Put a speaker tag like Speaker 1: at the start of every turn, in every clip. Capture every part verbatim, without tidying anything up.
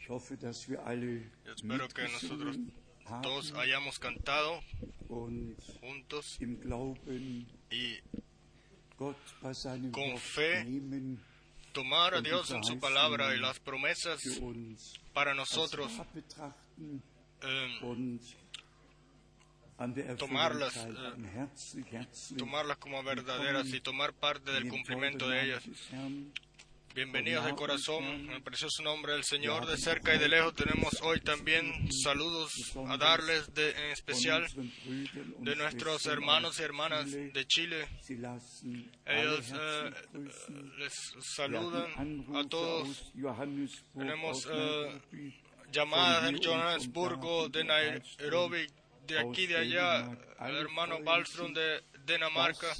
Speaker 1: hoffe, dass wir alle
Speaker 2: Yo espero que nosotros todos hayamos cantado
Speaker 1: und
Speaker 2: juntos
Speaker 1: im Glauben
Speaker 2: y
Speaker 1: Gott bei seinem
Speaker 2: con
Speaker 1: Wort
Speaker 2: fe
Speaker 1: nehmen
Speaker 2: tomar a Dios en su palabra y las promesas
Speaker 1: für uns
Speaker 2: para
Speaker 1: als
Speaker 2: nosotros,
Speaker 1: wahr betrachten
Speaker 2: eh,
Speaker 1: und an der
Speaker 2: tomarlas,
Speaker 1: Erfüllung
Speaker 2: eh,
Speaker 1: teilhaben. Herzlich, herzlich
Speaker 2: tomarlas como verdaderas y tomar parte del
Speaker 1: in den
Speaker 2: cumplimiento
Speaker 1: goldenen
Speaker 2: de
Speaker 1: Namen
Speaker 2: ellas.
Speaker 1: des Herrn.
Speaker 2: Bienvenidos de corazón en el precioso nombre del Señor. De cerca y de lejos tenemos hoy también saludos a darles, de, en especial de nuestros hermanos y hermanas de Chile. Ellos eh, les saludan a todos. Tenemos eh, llamadas de Johannesburgo, de Nairobi, de aquí, de allá, el hermano Wallström de Dinamarca.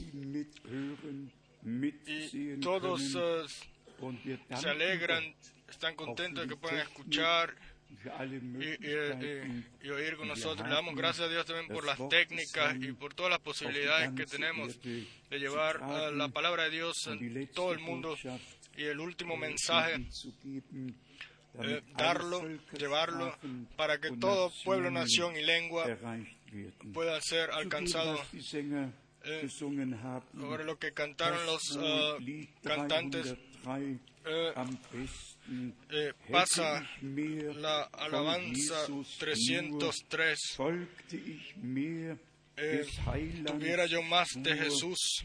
Speaker 2: Y todos eh, se alegran, están contentos de que puedan escuchar y, y, y, y oír con nosotros. Le damos gracias a Dios también por las técnicas y por todas las posibilidades que tenemos de llevar uh, la palabra de Dios en todo el mundo y el último mensaje, eh, darlo, llevarlo para que todo pueblo, nación y lengua pueda ser alcanzado. Eh, sobre lo que cantaron los uh, cantantes, eh, eh, pasa la alabanza trescientos tres. Eh, tuviera yo más de Jesús,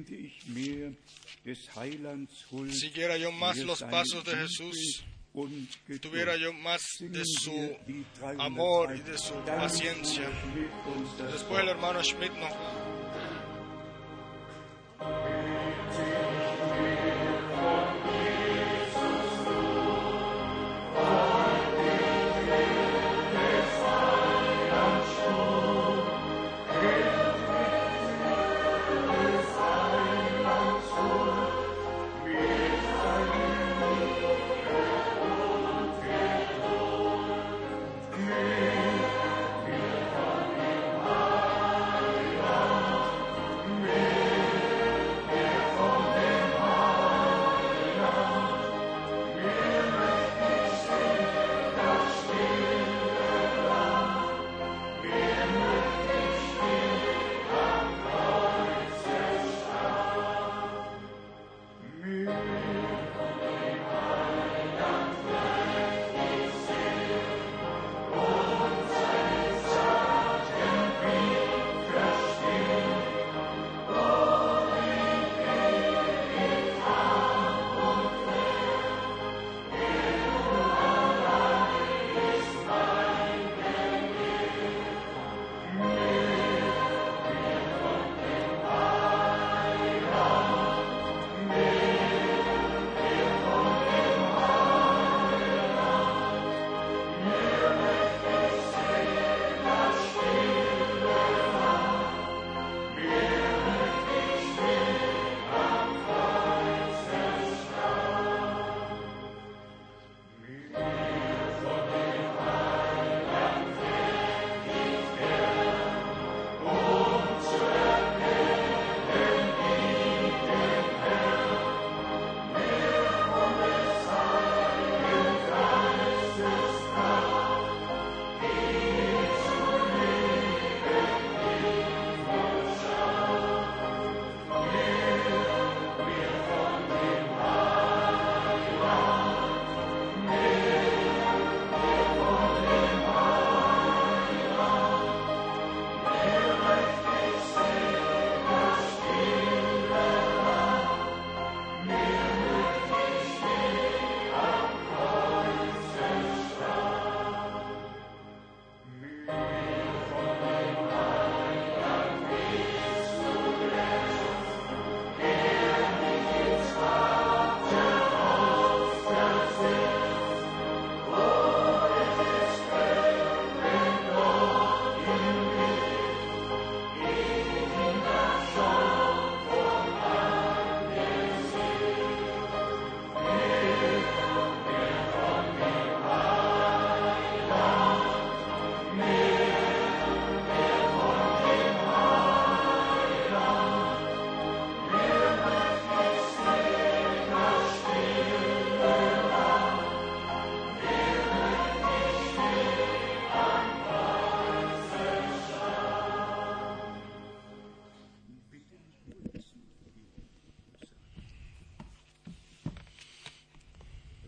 Speaker 2: siguiera yo más los pasos de Jesús, tuviera yo más de su amor y de su paciencia. Después el hermano Schmidt nos
Speaker 3: Thank you.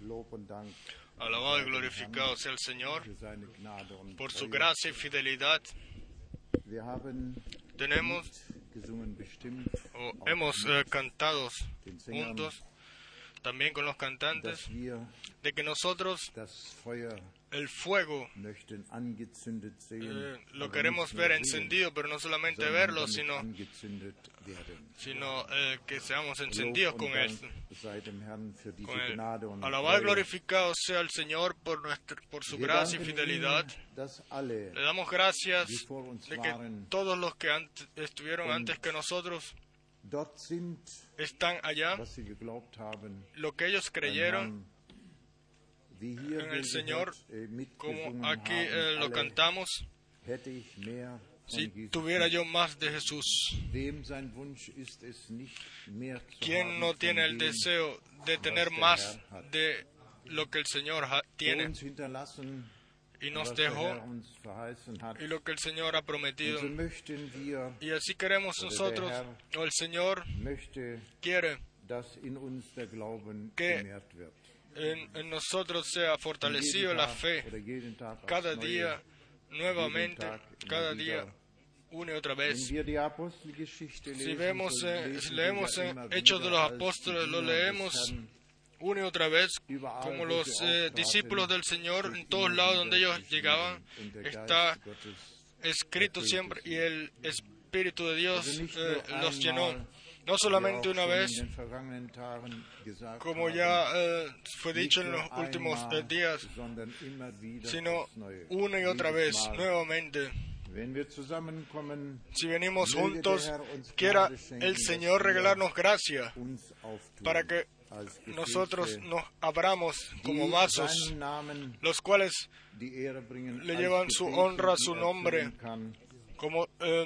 Speaker 2: Alabado y glorificado sea el Señor por su gracia y fidelidad. Tenemos o hemos eh, cantado juntos, también con los cantantes, de que nosotros el fuego eh, lo queremos ver encendido, pero no solamente verlo, sino, sino eh, que seamos encendidos con él. Con él. Alabado y glorificado sea el Señor por, nuestro, por su gracia y fidelidad. Le damos gracias de que todos los que antes, estuvieron antes que nosotros están allá. Lo que ellos creyeron en el Señor, como aquí eh, lo cantamos, si tuviera yo más de Jesús. ¿Quién no tiene el deseo de tener más de lo que el Señor tiene y nos dejó y lo que el Señor ha prometido? Y así queremos nosotros, o el Señor quiere que En, en nosotros sea fortalecido la fe cada día nuevamente, cada día una y otra vez. Si vemos, eh, si leemos en Hechos de los Apóstoles, lo leemos una y otra vez, como los eh, discípulos del Señor, en todos lados donde ellos llegaban, está escrito siempre, y el Espíritu de Dios eh, los llenó. No solamente una vez, como ya eh, fue dicho en los últimos eh, días, sino una y otra vez, nuevamente. Si venimos juntos, quiera el Señor regalarnos gracia para que nosotros nos abramos como vasos, los cuales le llevan su honra, su nombre, como eh,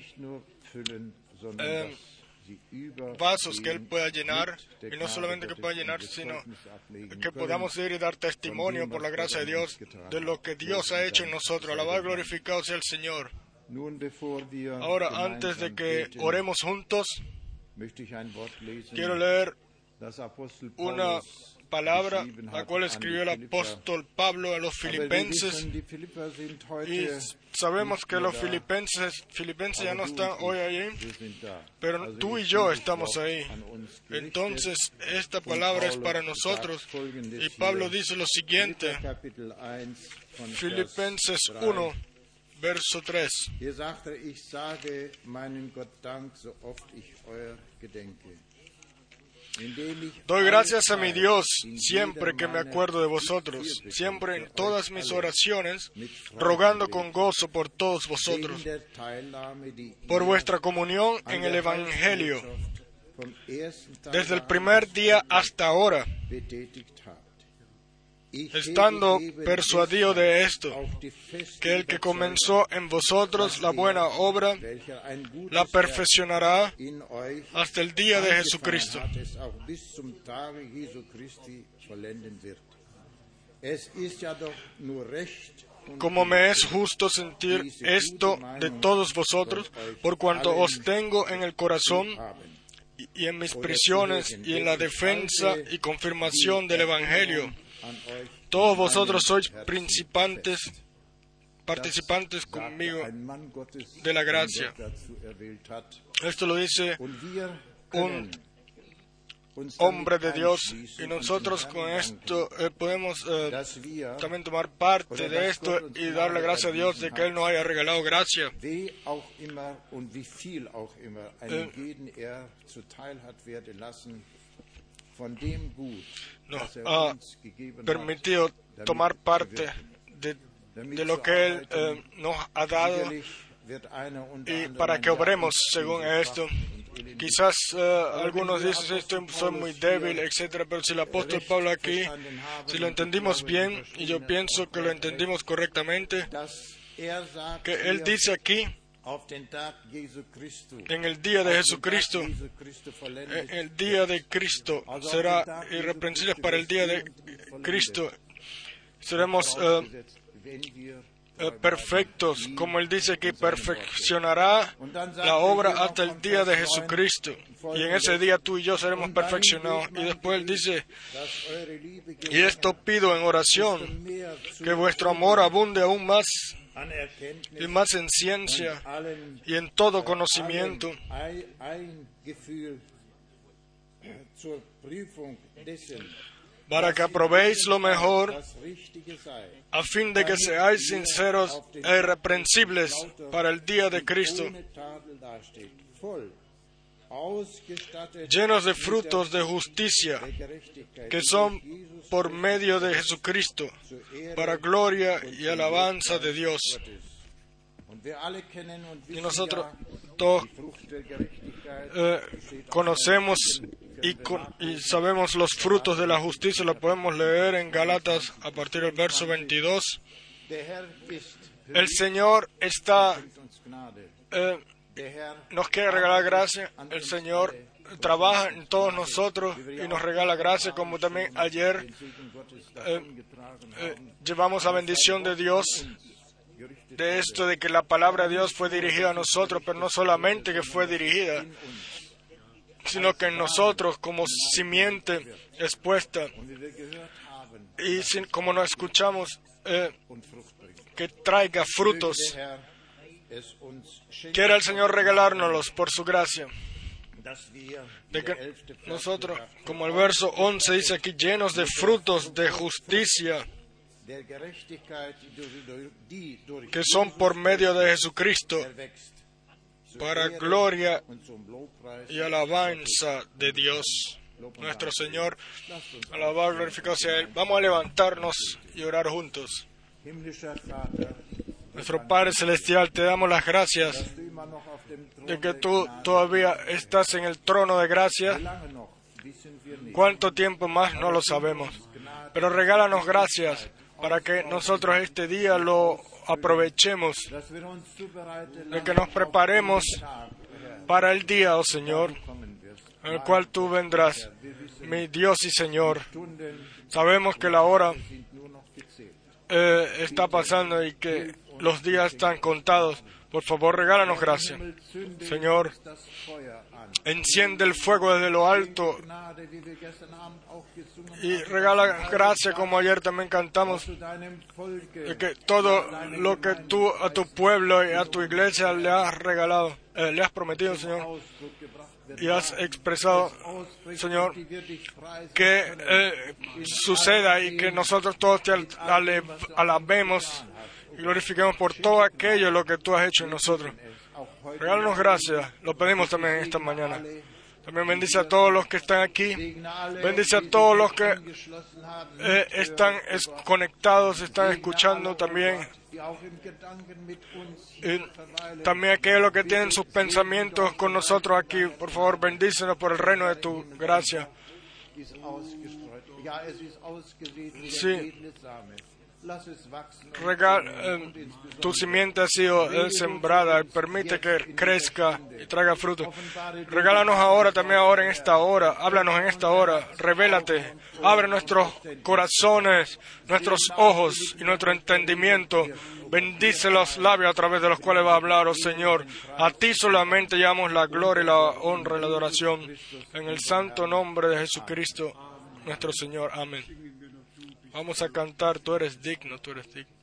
Speaker 2: eh, vasos que Él pueda llenar, y no solamente que pueda llenar, sino que podamos ir y dar testimonio por la gracia de Dios de lo que Dios ha hecho en nosotros. Alabado y glorificado sea el Señor. Ahora, antes de que oremos juntos, quiero leer una palabra la cual escribió el apóstol Pablo a los filipenses, y sabemos que los filipenses, filipenses ya no están hoy allí, pero tú y yo estamos ahí. Entonces esta palabra es para nosotros, y Pablo dice lo siguiente, Filipenses uno, verso tres. Doy gracias a mi Dios siempre que me acuerdo de vosotros, siempre en todas mis oraciones, rogando con gozo por todos vosotros, por vuestra comunión en el Evangelio, desde el primer día hasta ahora, estando persuadido de esto, que el que comenzó en vosotros la buena obra, la perfeccionará hasta el día de Jesucristo. Como me es justo sentir esto de todos vosotros, por cuanto os tengo en el corazón y en mis prisiones y en la defensa y confirmación del Evangelio. Todos vosotros sois participantes, participantes conmigo de la gracia. Esto lo dice un hombre de Dios, y nosotros con esto eh, podemos eh, también tomar parte de esto y dar la gracia a Dios de que Él nos haya regalado gracia. Eh, nos ha permitido tomar parte de, de lo que Él eh, nos ha dado, y para que obremos según esto. Quizás uh, algunos dicen, esto soy muy débil, etcétera, pero si el apóstol Pablo aquí, si lo entendimos bien, y yo pienso que lo entendimos correctamente, que él dice aquí, en el día de Jesucristo, el día de Cristo será irreprensible para el día de Cristo. Seremos uh, eh, perfectos, como Él dice que perfeccionará la obra hasta el día de Jesucristo. Y en ese día tú y yo seremos perfeccionados. Y después Él dice, y esto pido en oración, que vuestro amor abunde aún más, y más en ciencia y en todo conocimiento, para que aprobéis lo mejor, a fin de que seáis sinceros e irreprensibles para el día de Cristo, llenos de frutos de justicia, que son por medio de Jesucristo, para gloria y alabanza de Dios. Y nosotros todos eh, conocemos y, con, y sabemos los frutos de la justicia, lo podemos leer en Gálatas a partir del verso veintidós. El Señor está... Eh, nos quiere regalar gracia. El Señor trabaja en todos nosotros y nos regala gracia, como también ayer eh, eh, llevamos la bendición de Dios, de esto de que la palabra de Dios fue dirigida a nosotros, pero no solamente que fue dirigida, sino que en nosotros como simiente expuesta, y sin, como nos escuchamos, eh, que traiga frutos. Quiere el Señor regalárnoslos por su gracia, de que nosotros, como el verso once dice aquí, llenos de frutos de justicia, que son por medio de Jesucristo, para gloria y alabanza de Dios nuestro Señor. Alabado, glorificado sea Él. Vamos a levantarnos y orar juntos. Nuestro Padre Celestial, te damos las gracias de que tú todavía estás en el trono de gracia. ¿Cuánto tiempo más? No lo sabemos. Pero regálanos gracias para que nosotros este día lo aprovechemos, de que nos preparemos para el día, oh Señor, en el cual tú vendrás, mi Dios y Señor. Sabemos que la hora eh, está pasando y que los días están contados. Por favor, regálanos gracia. Señor, enciende el fuego desde lo alto y regala gracia, como ayer también cantamos, de que todo lo que tú a tu pueblo y a tu iglesia le has regalado, eh, le has prometido, Señor, y has expresado, Señor, que eh, suceda y que nosotros todos te ale, alabemos y glorifiquemos por todo aquello lo que tú has hecho en nosotros. Regálanos gracias, lo pedimos también esta mañana. También bendice a todos los que están aquí, bendice a todos los que eh, están es, conectados, están escuchando también. Y también aquellos que tienen sus pensamientos con nosotros aquí, por favor, bendícenos por el reino de tu gracia. Sí. Regal, eh, tu simiente ha sido eh, sembrada y permite que crezca y traiga fruto. Regálanos ahora, también ahora en esta hora, háblanos en esta hora, revélate, abre nuestros corazones, nuestros ojos y nuestro entendimiento. Bendice los labios a través de los cuales va a hablar, oh Señor. A ti solamente llevamos la gloria y la honra y la adoración. En el santo nombre de Jesucristo, nuestro Señor. Amén. Vamos a cantar, tú eres digno, tú eres digno.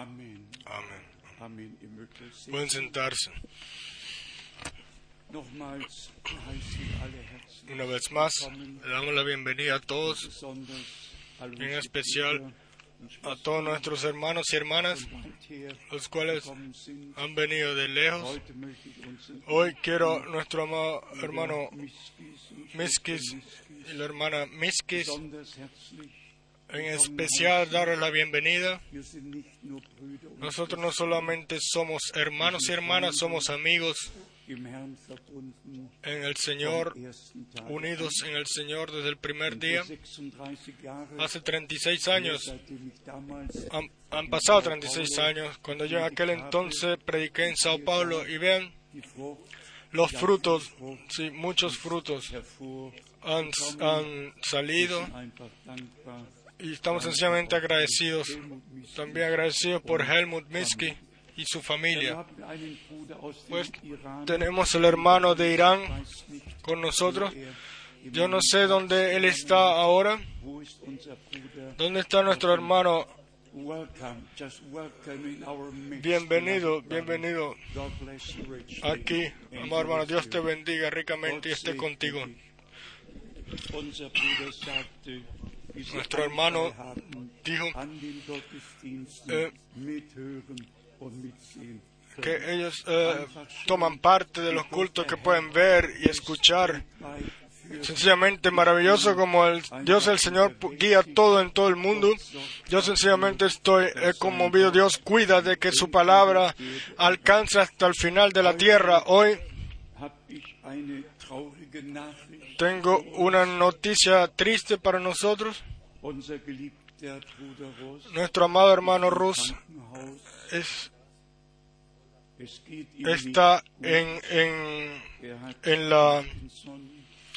Speaker 1: Amen.
Speaker 2: Amén.
Speaker 1: Amen. Ihr mögt euch setzen.
Speaker 2: Pueden sentarse.
Speaker 1: Nochmals heißen wir alle herzlich
Speaker 2: Una vez más, le damos la bienvenida a todos,
Speaker 1: besonders all
Speaker 2: en
Speaker 1: unsere
Speaker 2: especial
Speaker 1: Brüder und
Speaker 2: a
Speaker 1: Schwestern,
Speaker 2: todos nuestros hermanos y hermanas,
Speaker 1: von weit her
Speaker 2: los cuales
Speaker 1: gekommen sind.
Speaker 2: han venido de lejos.
Speaker 1: Heute möchte ich unseren
Speaker 2: Hoy quiero nuestro amado hermano
Speaker 1: Miskis und
Speaker 2: Miskis
Speaker 1: Schwester
Speaker 2: y la hermana Miskis,
Speaker 1: besonders herzlich.
Speaker 2: en especial darles la bienvenida.
Speaker 1: Wir sind nicht nur Brüder und
Speaker 2: Nosotros no solamente somos hermanos y hermanas, somos amigos
Speaker 1: im Herrn verbunden
Speaker 2: en el Señor,
Speaker 1: vom ersten Tag
Speaker 2: unidos en el Señor desde el primer
Speaker 1: an.
Speaker 2: día.
Speaker 1: Vor sechsunddreißig Jahren,
Speaker 2: Hace treinta y seis años,
Speaker 1: seitdem ich damals
Speaker 2: han, han pasado treinta y seis años, cuando yo en aquel entonces prediqué en Sao Paulo, y vean
Speaker 1: die Frucht
Speaker 2: los frutos, sí, muchos frutos
Speaker 1: hervor,
Speaker 2: han, han salido,
Speaker 1: einfach dankbar.
Speaker 2: y estamos sencillamente agradecidos, también agradecidos por Helmut Miski y su
Speaker 1: Wir
Speaker 2: familia.
Speaker 1: haben einen Bruder aus dem
Speaker 2: Pues
Speaker 1: Iran,
Speaker 2: tenemos el hermano de Irán
Speaker 1: weiß nicht,
Speaker 2: con nosotros.
Speaker 1: er im
Speaker 2: Yo no sé dónde él está ahora.
Speaker 1: wo ist unser Bruder?
Speaker 2: ¿Dónde está nuestro hermano?
Speaker 1: Welcome, just welcome in our midst.
Speaker 2: Bienvenido, bienvenido
Speaker 1: God bless you richly.
Speaker 2: aquí, amado hermano. Dios te bendiga ricamente y
Speaker 1: God
Speaker 2: esté
Speaker 1: segne
Speaker 2: contigo.
Speaker 1: dich. Unser Bruder sagte, wie sie
Speaker 2: Nuestro hermano
Speaker 1: Anteil haben
Speaker 2: dijo
Speaker 1: an den Gottesdiensten,
Speaker 2: eh,
Speaker 1: mithören und mitsehen.
Speaker 2: que ellos eh, toman parte de los cultos que pueden ver y escuchar. Sencillamente maravilloso como el Dios el Señor guía todo en todo el mundo. Yo sencillamente estoy eh, conmovido. Dios cuida de que su palabra alcance hasta el final de la tierra. Hoy
Speaker 1: Hab ich eine traurige Nachricht.
Speaker 2: tengo una noticia triste para nosotros.
Speaker 1: Unser geliebter Bruder Ross
Speaker 2: Nuestro amado hermano Rus
Speaker 1: Krankenhaus.
Speaker 2: es,
Speaker 1: Es geht ihm
Speaker 2: está
Speaker 1: nicht gut.
Speaker 2: en, en,
Speaker 1: Er hat
Speaker 2: en la,
Speaker 1: Parkinson.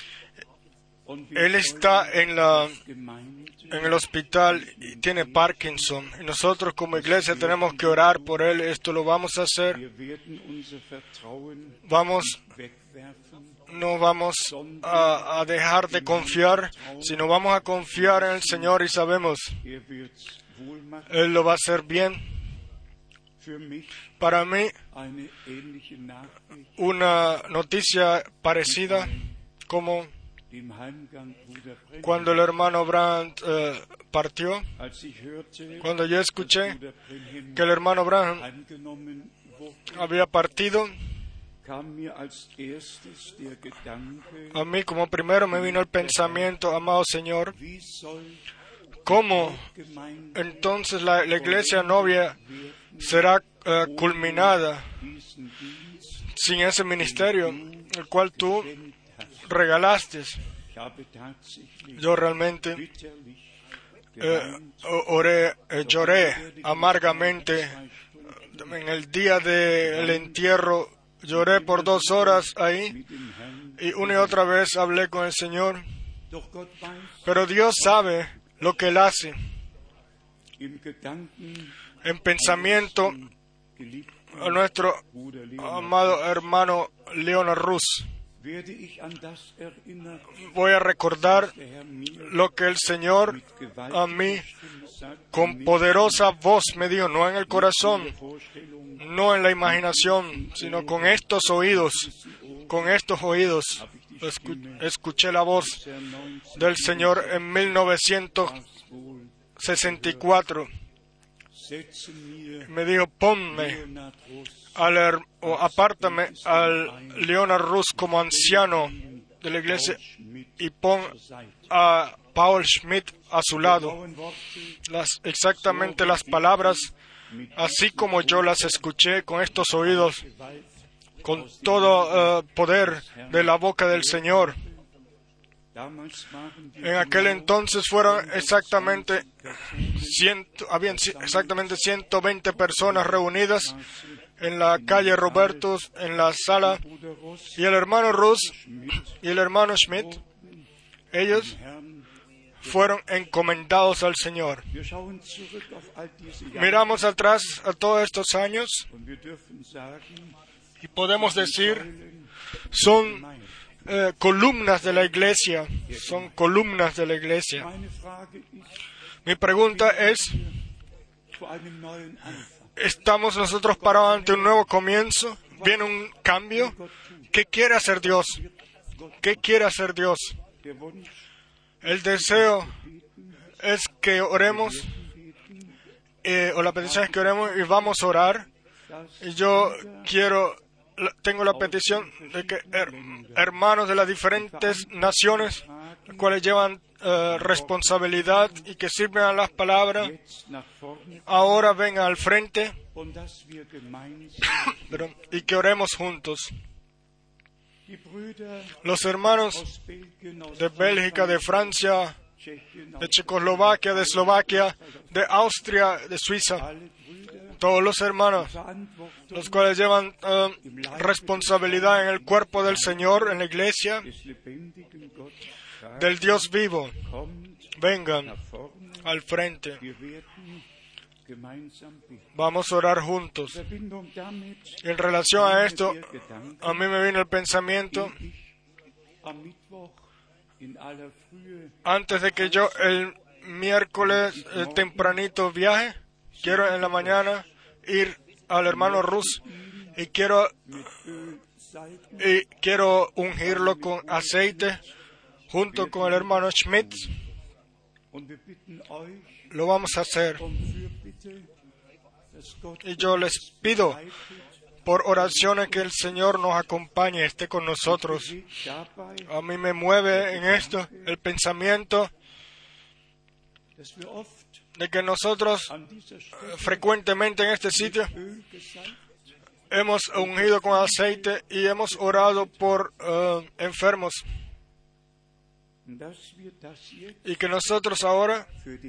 Speaker 1: Und wir
Speaker 2: él está
Speaker 1: wollen
Speaker 2: en la,
Speaker 1: als Gemeinde
Speaker 2: en el hospital y tiene Parkinson. Y nosotros como iglesia tenemos que orar por él. Esto lo vamos a hacer.
Speaker 1: Wir werden unser Vertrauen
Speaker 2: Vamos,
Speaker 1: wegwerfen,
Speaker 2: no vamos a, a dejar de confiar, sino vamos a confiar en el Señor y sabemos,
Speaker 1: er wird's wohl machen.
Speaker 2: Él lo va a hacer bien.
Speaker 1: Für mich
Speaker 2: Para mí,
Speaker 1: eine ähnliche Nachricht,
Speaker 2: una noticia parecida como
Speaker 1: dem Heimgang Bruder Brennan.
Speaker 2: cuando el hermano Brandt eh, partió,
Speaker 1: Als ich hörte,
Speaker 2: cuando yo
Speaker 1: dass
Speaker 2: escuché
Speaker 1: Bruder Brennan
Speaker 2: que el hermano Branham
Speaker 1: angenommen wurde,
Speaker 2: había partido,
Speaker 1: kam mir als erstes der Gedanke,
Speaker 2: a mí como primero me vino el pensamiento, amado Señor,
Speaker 1: wie soll
Speaker 2: ¿cómo
Speaker 1: Gemeinde
Speaker 2: entonces la, la iglesia novia será eh, culminada
Speaker 1: diesen Dienst
Speaker 2: sin ese ministerio, el cual tú regalaste?
Speaker 1: Ich habe tatsächlich
Speaker 2: Yo realmente
Speaker 1: bitterlich
Speaker 2: eh,
Speaker 1: geweint,
Speaker 2: o- oré, eh, lloré amargamente. En el día del entierro lloré por dos horas ahí
Speaker 1: mit dem Herrn.
Speaker 2: y una y otra vez hablé con el Señor.
Speaker 1: Doch Gott weiß,
Speaker 2: Pero Dios sabe lo que Él hace.
Speaker 1: im Gedanken
Speaker 2: En pensamiento
Speaker 1: geliebten
Speaker 2: a nuestro
Speaker 1: Bruder Leonard,
Speaker 2: amado hermano Leonard Rus,
Speaker 1: werde ich an das erinnert,
Speaker 2: voy a recordar
Speaker 1: der Herr mir
Speaker 2: lo que el Señor
Speaker 1: mit
Speaker 2: a mí
Speaker 1: gewaltiger Stimme sagte,
Speaker 2: con
Speaker 1: nicht
Speaker 2: poderosa voz me dio, no en el
Speaker 1: in
Speaker 2: corazón,
Speaker 1: der Vorstellung,
Speaker 2: no en la imaginación, sino con estos oídos, con estos oídos. Escu- escuché la voz
Speaker 1: der neunzig
Speaker 2: del Señor en mil novecientos
Speaker 1: wohl,
Speaker 2: sesenta y cuatro.
Speaker 1: setze mir
Speaker 2: Me dijo, ponme
Speaker 1: Leonard Ross
Speaker 2: al, her- o apártame al Leonard Rus como anciano de la iglesia
Speaker 1: mit
Speaker 2: y pon
Speaker 1: zur Seite.
Speaker 2: a Paul Schmidt a su lado.
Speaker 1: Genauen Worte
Speaker 2: Las, exactamente las palabras,
Speaker 1: mit
Speaker 2: así como yo las escuché con estos oídos,
Speaker 1: Gewalt
Speaker 2: con todo eh, poder de la boca del Señor.
Speaker 1: damals waren die
Speaker 2: En aquel entonces fueron exactamente ciento, habían ci- exactamente ciento veinte personas reunidas en la calle Robertos, en la sala,
Speaker 1: Bruder Ross
Speaker 2: y el hermano Rus
Speaker 1: mit
Speaker 2: y el hermano Schmidt, ellos
Speaker 1: Herrn.
Speaker 2: fueron encomendados al Señor.
Speaker 1: Wir schauen zurück auf all diese Jahre
Speaker 2: Miramos atrás a todos estos años
Speaker 1: und wir dürfen sagen,
Speaker 2: y podemos decir,
Speaker 1: Säulen
Speaker 2: son
Speaker 1: Gemeinde.
Speaker 2: eh, columnas de la iglesia, son columnas de la iglesia.
Speaker 1: Meine Frage ist
Speaker 2: Mi pregunta es,
Speaker 1: vor einem neuen Anfang.
Speaker 2: estamos nosotros parados ante un nuevo comienzo, viene un cambio. ¿Qué quiere hacer Dios? ¿Qué quiere hacer Dios? El deseo es que oremos, eh, o la petición es que oremos y vamos a orar. Y yo quiero, tengo la petición de que her, hermanos de las diferentes naciones, los cuales llevan uh, responsabilidad y que sirven a las palabras, ahora vengan al frente perdón, y que oremos juntos. Los hermanos de Bélgica, de Francia, de Checoslovaquia, de Eslovaquia, de Austria, de Suiza, todos los hermanos, los cuales llevan uh, responsabilidad en el cuerpo del Señor, en la iglesia, del Dios vivo, vengan al frente. Vamos a orar juntos. Y en relación a esto, a mí me vino el pensamiento, antes de que yo el miércoles eh, tempranito viaje, quiero en la mañana ir al hermano Rus y quiero y quiero ungirlo con aceite junto con el hermano Schmidt. Lo vamos a hacer. Y yo les pido por oraciones que el Señor nos acompañe, esté con nosotros. A mí me mueve en esto el pensamiento de que nosotros frecuentemente en este sitio hemos ungido con aceite y hemos orado por uh, enfermos. Y que nosotros ahora,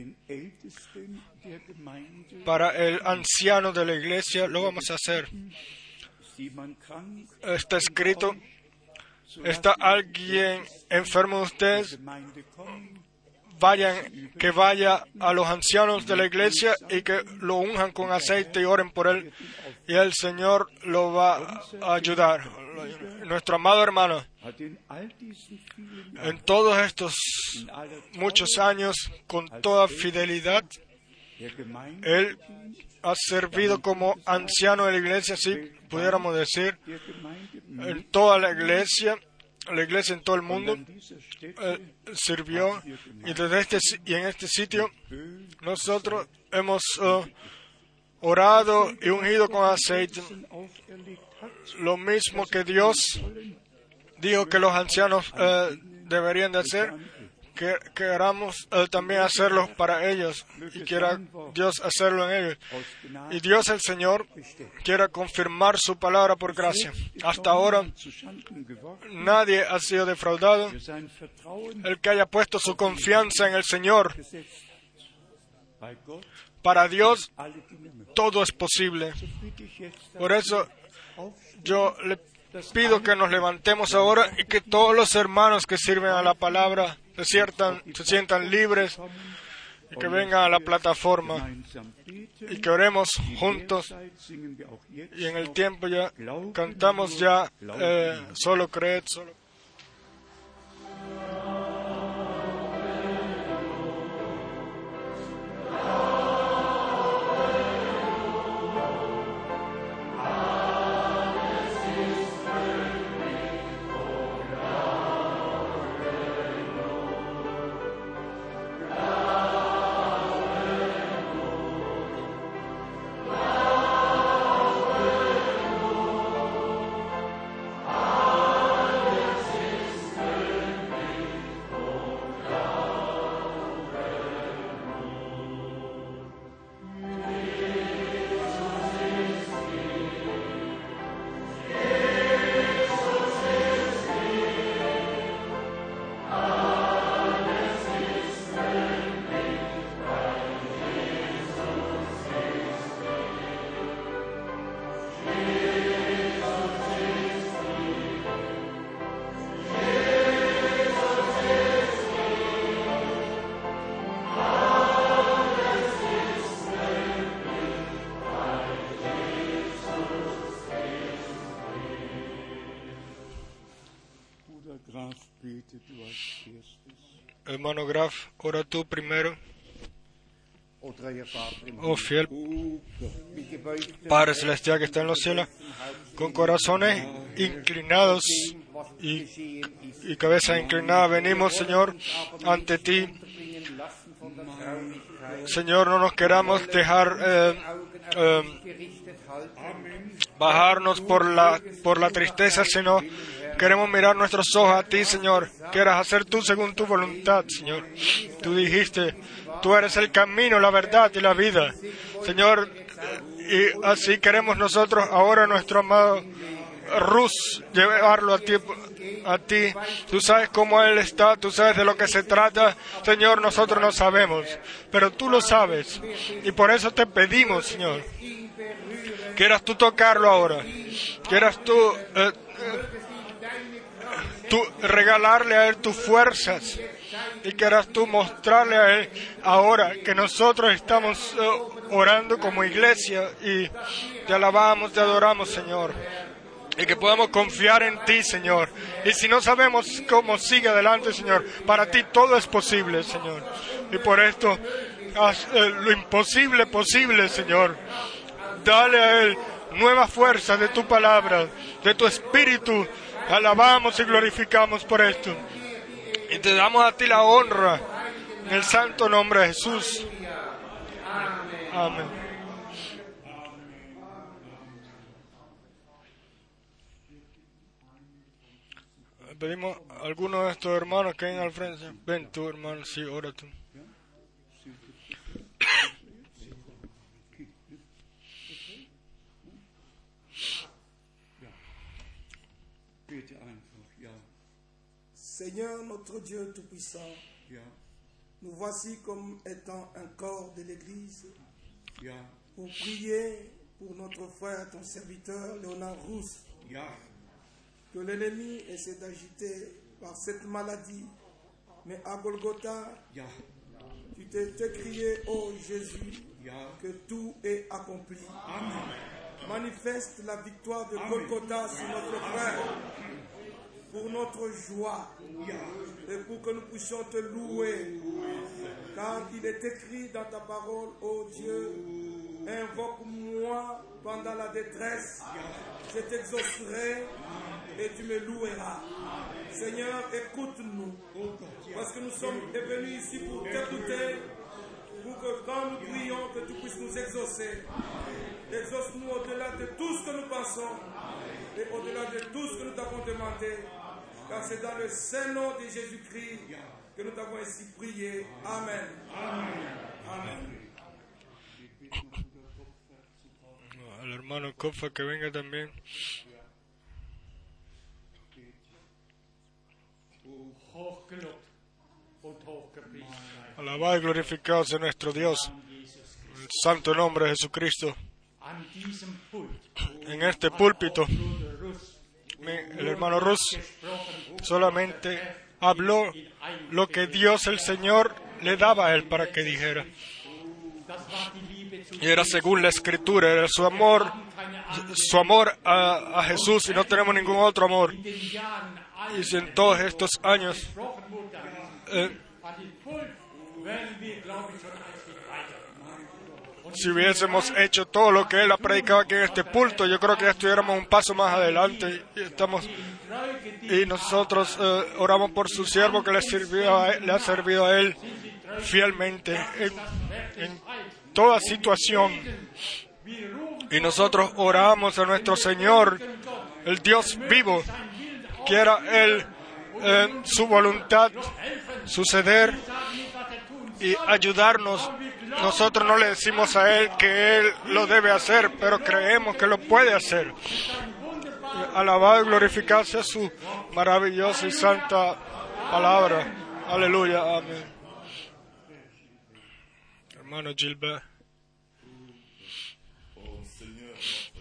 Speaker 2: para el anciano de la iglesia, lo vamos a hacer. Está escrito, ¿está alguien enfermo de ustedes? Vayan, que vaya a los ancianos de la iglesia y que lo unjan con aceite y oren por él. Y el Señor lo va a ayudar. Nuestro amado hermano, en todos estos muchos años, con toda fidelidad, él ha servido como anciano de la iglesia, si pudiéramos decir, en toda la iglesia, la iglesia en todo el mundo, eh, sirvió, y desde este y en este sitio nosotros hemos uh, orado y ungido con aceite, lo mismo que Dios dijo que los ancianos uh, deberían de hacer, que queramos uh, también hacerlo para ellos, y quiera Dios hacerlo en ellos. Y Dios el Señor quiera confirmar su palabra por gracia. Hasta ahora nadie ha sido defraudado. El que haya puesto su confianza en el Señor, para Dios todo es posible. Por eso yo le pido que nos levantemos ahora y que todos los hermanos que sirven a la palabra se sientan, se sientan libres y que vengan a la plataforma y que oremos juntos. Y en el tiempo ya cantamos ya eh, solo creed, solo Hermano Graf, ora tú primero. Oh fiel Padre Celestial que está en los cielos, con corazones inclinados y, y cabezas inclinadas, venimos, Señor, ante ti. Señor, no nos queramos dejar eh, eh, bajarnos por la, por la tristeza, sino queremos mirar nuestros ojos a ti, Señor. Quieras hacer tú según tu voluntad, Señor. Tú dijiste, tú eres el camino, la verdad y la vida, Señor. Y así queremos nosotros ahora, nuestro amado Rus, llevarlo a ti, a ti. Tú sabes cómo él está, tú sabes de lo que se trata, Señor. Nosotros no sabemos, pero tú lo sabes. Y por eso te pedimos, Señor, quieras tú tocarlo ahora. Quieras tú... Eh, Tú regalarle a Él tus fuerzas y quieras tú mostrarle a Él ahora que nosotros estamos uh, orando como iglesia y te alabamos, te adoramos, Señor, y que podamos confiar en ti, Señor. Y si no sabemos cómo sigue adelante, Señor, para ti todo es posible, Señor, y por esto haz uh, lo imposible posible, Señor. Dale a Él nueva fuerza de tu palabra, de tu espíritu. Alabamos y glorificamos por esto. Y te damos a ti la honra en el santo nombre de Jesús. Amén. Pedimos a algunos de estos hermanos que vengan al frente. Ven tú, hermano, sí, ora tú.
Speaker 3: Seigneur, notre Dieu Tout-Puissant, yeah. Nous voici comme étant un corps de l'Église yeah. Pour prier pour notre frère, ton serviteur, Léonard Rousse, yeah. Que l'ennemi essaie d'agiter par cette maladie, mais à Golgotha, yeah. Tu t'es crié, ô Jésus, yeah. Que tout est accompli. Amen. Manifeste la victoire de Amen. Golgotha sur notre frère. Pour notre joie et pour que nous puissions te louer, car il est écrit dans ta parole, ô Dieu, invoque-moi pendant la détresse, je t'exaucerai et tu me loueras. Seigneur, écoute-nous, parce que nous sommes venus ici pour t'écouter, pour que quand nous prions, que tu puisses nous exaucer. Exauce-nous au-delà de tout ce que nous pensons et au-delà de tout ce que nous t'avons demandé. Car c'est dans le saint nom de Jésus-Christ que nous t'avons ainsi prié. Amen. Amen. Amen.
Speaker 2: Al hermano Kofa que venga también. Alabado y glorificado sea nuestro Dios, en el santo nombre de Jesucristo. En este púlpito, el hermano Rus solamente habló lo que Dios el Señor le daba a él para que dijera. Y era según la Escritura, era su amor, su amor a, a Jesús, y no tenemos ningún otro amor. Y si en todos estos años eh, si hubiésemos hecho todo lo que él ha predicado aquí en este pulto, yo creo que ya estuviéramos un paso más adelante. Y, estamos, y nosotros eh, oramos por su siervo que le, sirvió a él, le ha servido a él fielmente en, en toda situación. Y nosotros oramos a nuestro Señor, el Dios vivo, quiera Él eh, su voluntad suceder y ayudarnos. Nosotros no le decimos a Él que Él lo debe hacer, pero creemos que lo puede hacer. Alabado y glorificado sea su maravillosa y santa palabra. Aleluya, amén. Hermano Gilbert.
Speaker 4: Oh Seigneur,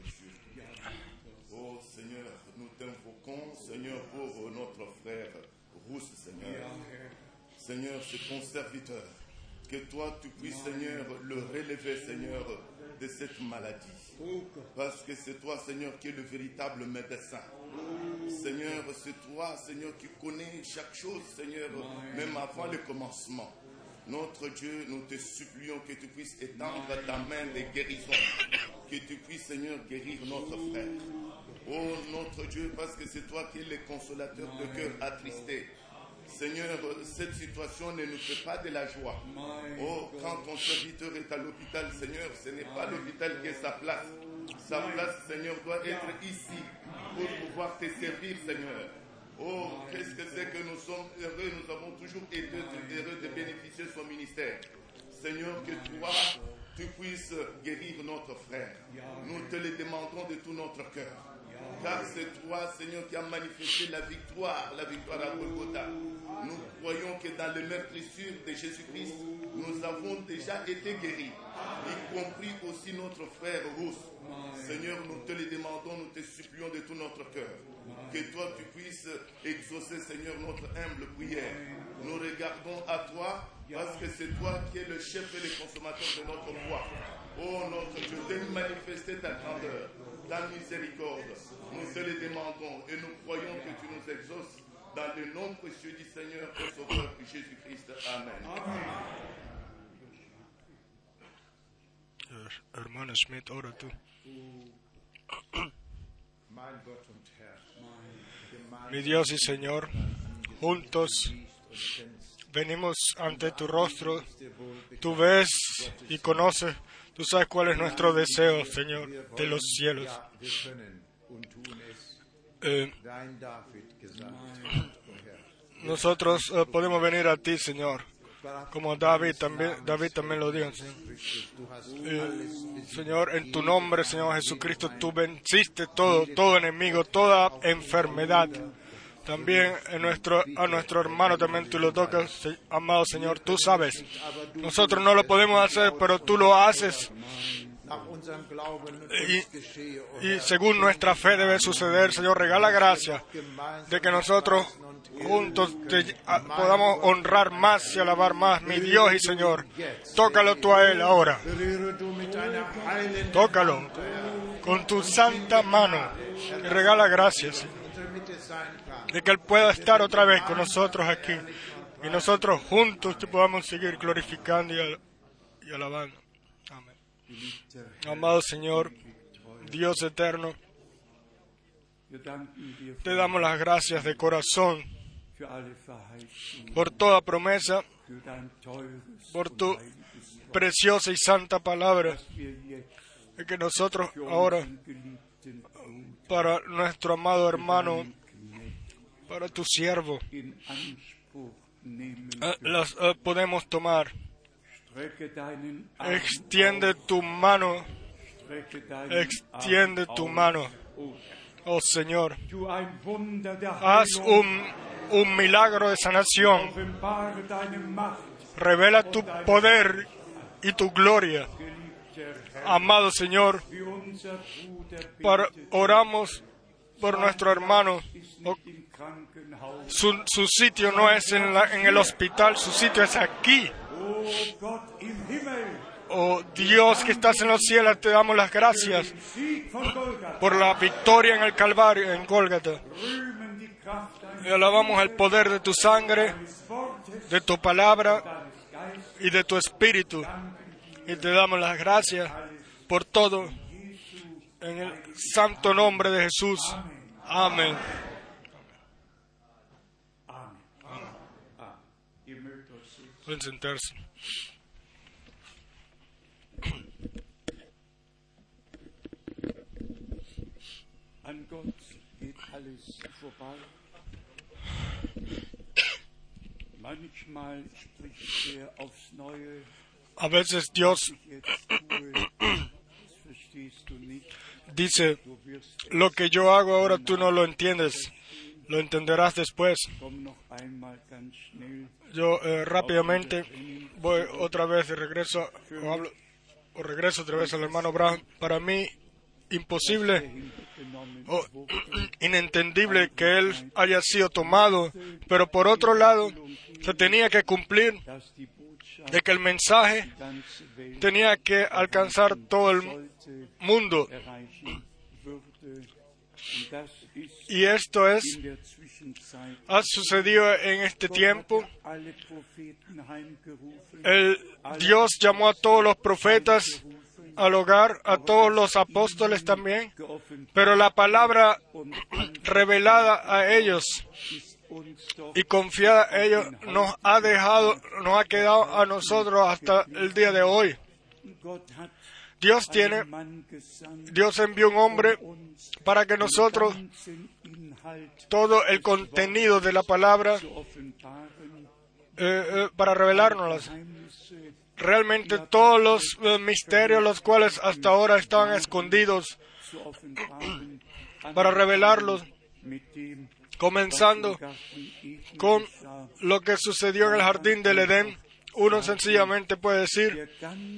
Speaker 4: oh Seigneur, nous t'invoquons, Seigneur, pour notre frère Rousse, Seigneur. Seigneur, c'est ton serviteur. Que toi, tu puisses, Seigneur, le relever, Seigneur, de cette maladie. Parce que c'est toi, Seigneur, qui es le véritable médecin. Seigneur, c'est toi, Seigneur, qui connais chaque chose, Seigneur, même avant le commencement. Notre Dieu, nous te supplions que tu puisses étendre ta main de guérison, que tu puisses, Seigneur, guérir notre frère. Oh, notre Dieu, parce que c'est toi qui es le consolateur de cœur attristé. Seigneur, cette situation ne nous fait pas de la joie. Oh, quand ton serviteur est à l'hôpital, Seigneur, ce n'est pas l'hôpital qui est sa place. Sa place, Seigneur, doit être ici pour pouvoir te servir, Seigneur. Oh, qu'est-ce que c'est que nous sommes heureux, nous avons toujours été heureux de bénéficier de son ministère. Seigneur, que toi, tu puisses guérir notre frère. Nous te le demandons de tout notre cœur. Car c'est toi, Seigneur, qui as manifesté la victoire, la victoire à Golgotha. Nous croyons que dans le meurtrissure de Jésus-Christ, nous avons déjà été guéris, y compris aussi notre frère Rousse. Seigneur, nous te le demandons, nous te supplions de tout notre cœur. Que toi, tu puisses exaucer, Seigneur, notre humble prière. Nous regardons à toi, parce que c'est toi qui es le chef et le consommateur de notre foi. Oh, notre Dieu, de manifester ta grandeur, ta miséricorde. Nous te le demandons et nous croyons que tu nous exauces dans le nom précieux du Seigneur et Sauveur Jésus-Christ. Amen.
Speaker 2: Hermano Schmidt, ora tú. Mi Dios y Señor, juntos venimos ante tu rostro. Tú ves y conoces, tú sabes cuál es nuestro deseo, Señor, de los cielos. Eh, nosotros eh, podemos venir a ti, Señor, como David también, David también lo dijo, Señor. Eh, Señor, en tu nombre, Señor Jesucristo, tú venciste todo, todo enemigo, toda enfermedad. También en nuestro, a nuestro hermano también tú lo tocas, amado Señor, tú sabes. Nosotros no lo podemos hacer, pero tú lo haces. Y, y según nuestra fe debe suceder, Señor, regala gracia de que nosotros juntos te, a, podamos honrar más y alabar más, mi Dios y Señor. Tócalo tú a Él ahora. Tócalo con tu santa mano y regala gracias de que Él pueda estar otra vez con nosotros aquí y nosotros juntos te podamos seguir glorificando y, al, y alabando. Amén. Amado Señor, Dios eterno, te damos las gracias de corazón por toda promesa, por tu preciosa y santa palabra, de que nosotros ahora, para nuestro amado hermano, para tu siervo, eh, las eh, podemos tomar. Extiende tu mano, extiende tu mano, oh Señor. Haz un, un milagro de sanación. Revela tu poder y tu gloria. Amado Señor, para, oramos por nuestro hermano. Su, su sitio no es en, la, en el hospital, su sitio es aquí. Oh Dios que estás en los cielos, te damos las gracias por la victoria en el Calvario, en Gólgata. Y alabamos el poder de tu sangre, de tu palabra y de tu espíritu. Y te damos las gracias por todo en el santo nombre de Jesús. Amén. Pueden sentarse.
Speaker 1: An Gott geht alles vorbei. Manchmal spricht er aufs Neue.
Speaker 2: A veces Dios dice, lo que yo hago ahora tú no lo entiendes, lo entenderás después. Yo eh, rápidamente voy otra vez de regreso, o, hablo, o regreso otra vez al hermano Brown. Para mí, imposible o inentendible que él haya sido tomado, pero por otro lado, se tenía que cumplir de que el mensaje tenía que alcanzar todo el mundo. Y esto es, ha sucedido en este tiempo. El Dios llamó a todos los profetas al hogar, a todos los apóstoles también, pero la palabra revelada a ellos y confiada a ellos nos ha dejado, nos ha quedado a nosotros hasta el día de hoy. Dios tiene, Dios envió un hombre para que nosotros todo el contenido de la palabra eh, eh, para revelárnoslas. Realmente todos los eh, misterios los cuales hasta ahora estaban escondidos para revelarlos, comenzando con lo que sucedió en el jardín del Edén. Uno sencillamente puede decir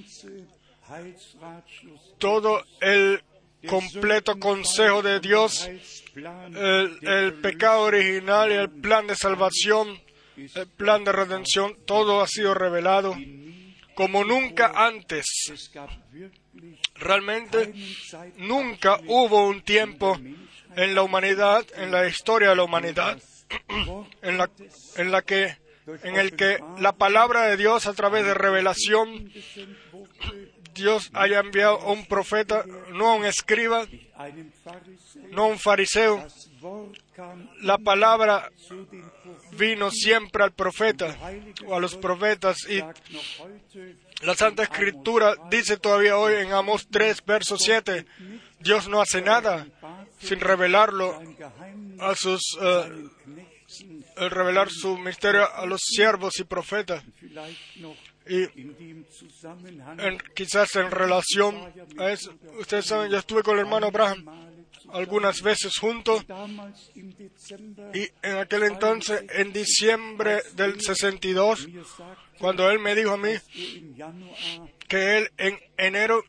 Speaker 2: todo el completo consejo de Dios, el, el pecado original y el plan de salvación, el plan de redención, todo ha sido revelado como nunca antes. Realmente nunca hubo un tiempo en la humanidad, en la historia de la humanidad, en la, en la que, en el que la palabra de Dios a través de revelación, Dios haya enviado a un profeta, no a un escriba, no a un fariseo. La palabra vino siempre al profeta o a los profetas, y la Santa Escritura dice todavía hoy en Amós tres, verso siete, Dios no hace nada sin revelarlo a sus, uh, revelar su misterio a los siervos y profetas. Y en, quizás en relación a eso, ustedes saben, yo estuve con el hermano Branham algunas veces juntos, y en aquel entonces, en diciembre del sesenta y dos, cuando él me dijo a mí que él en enero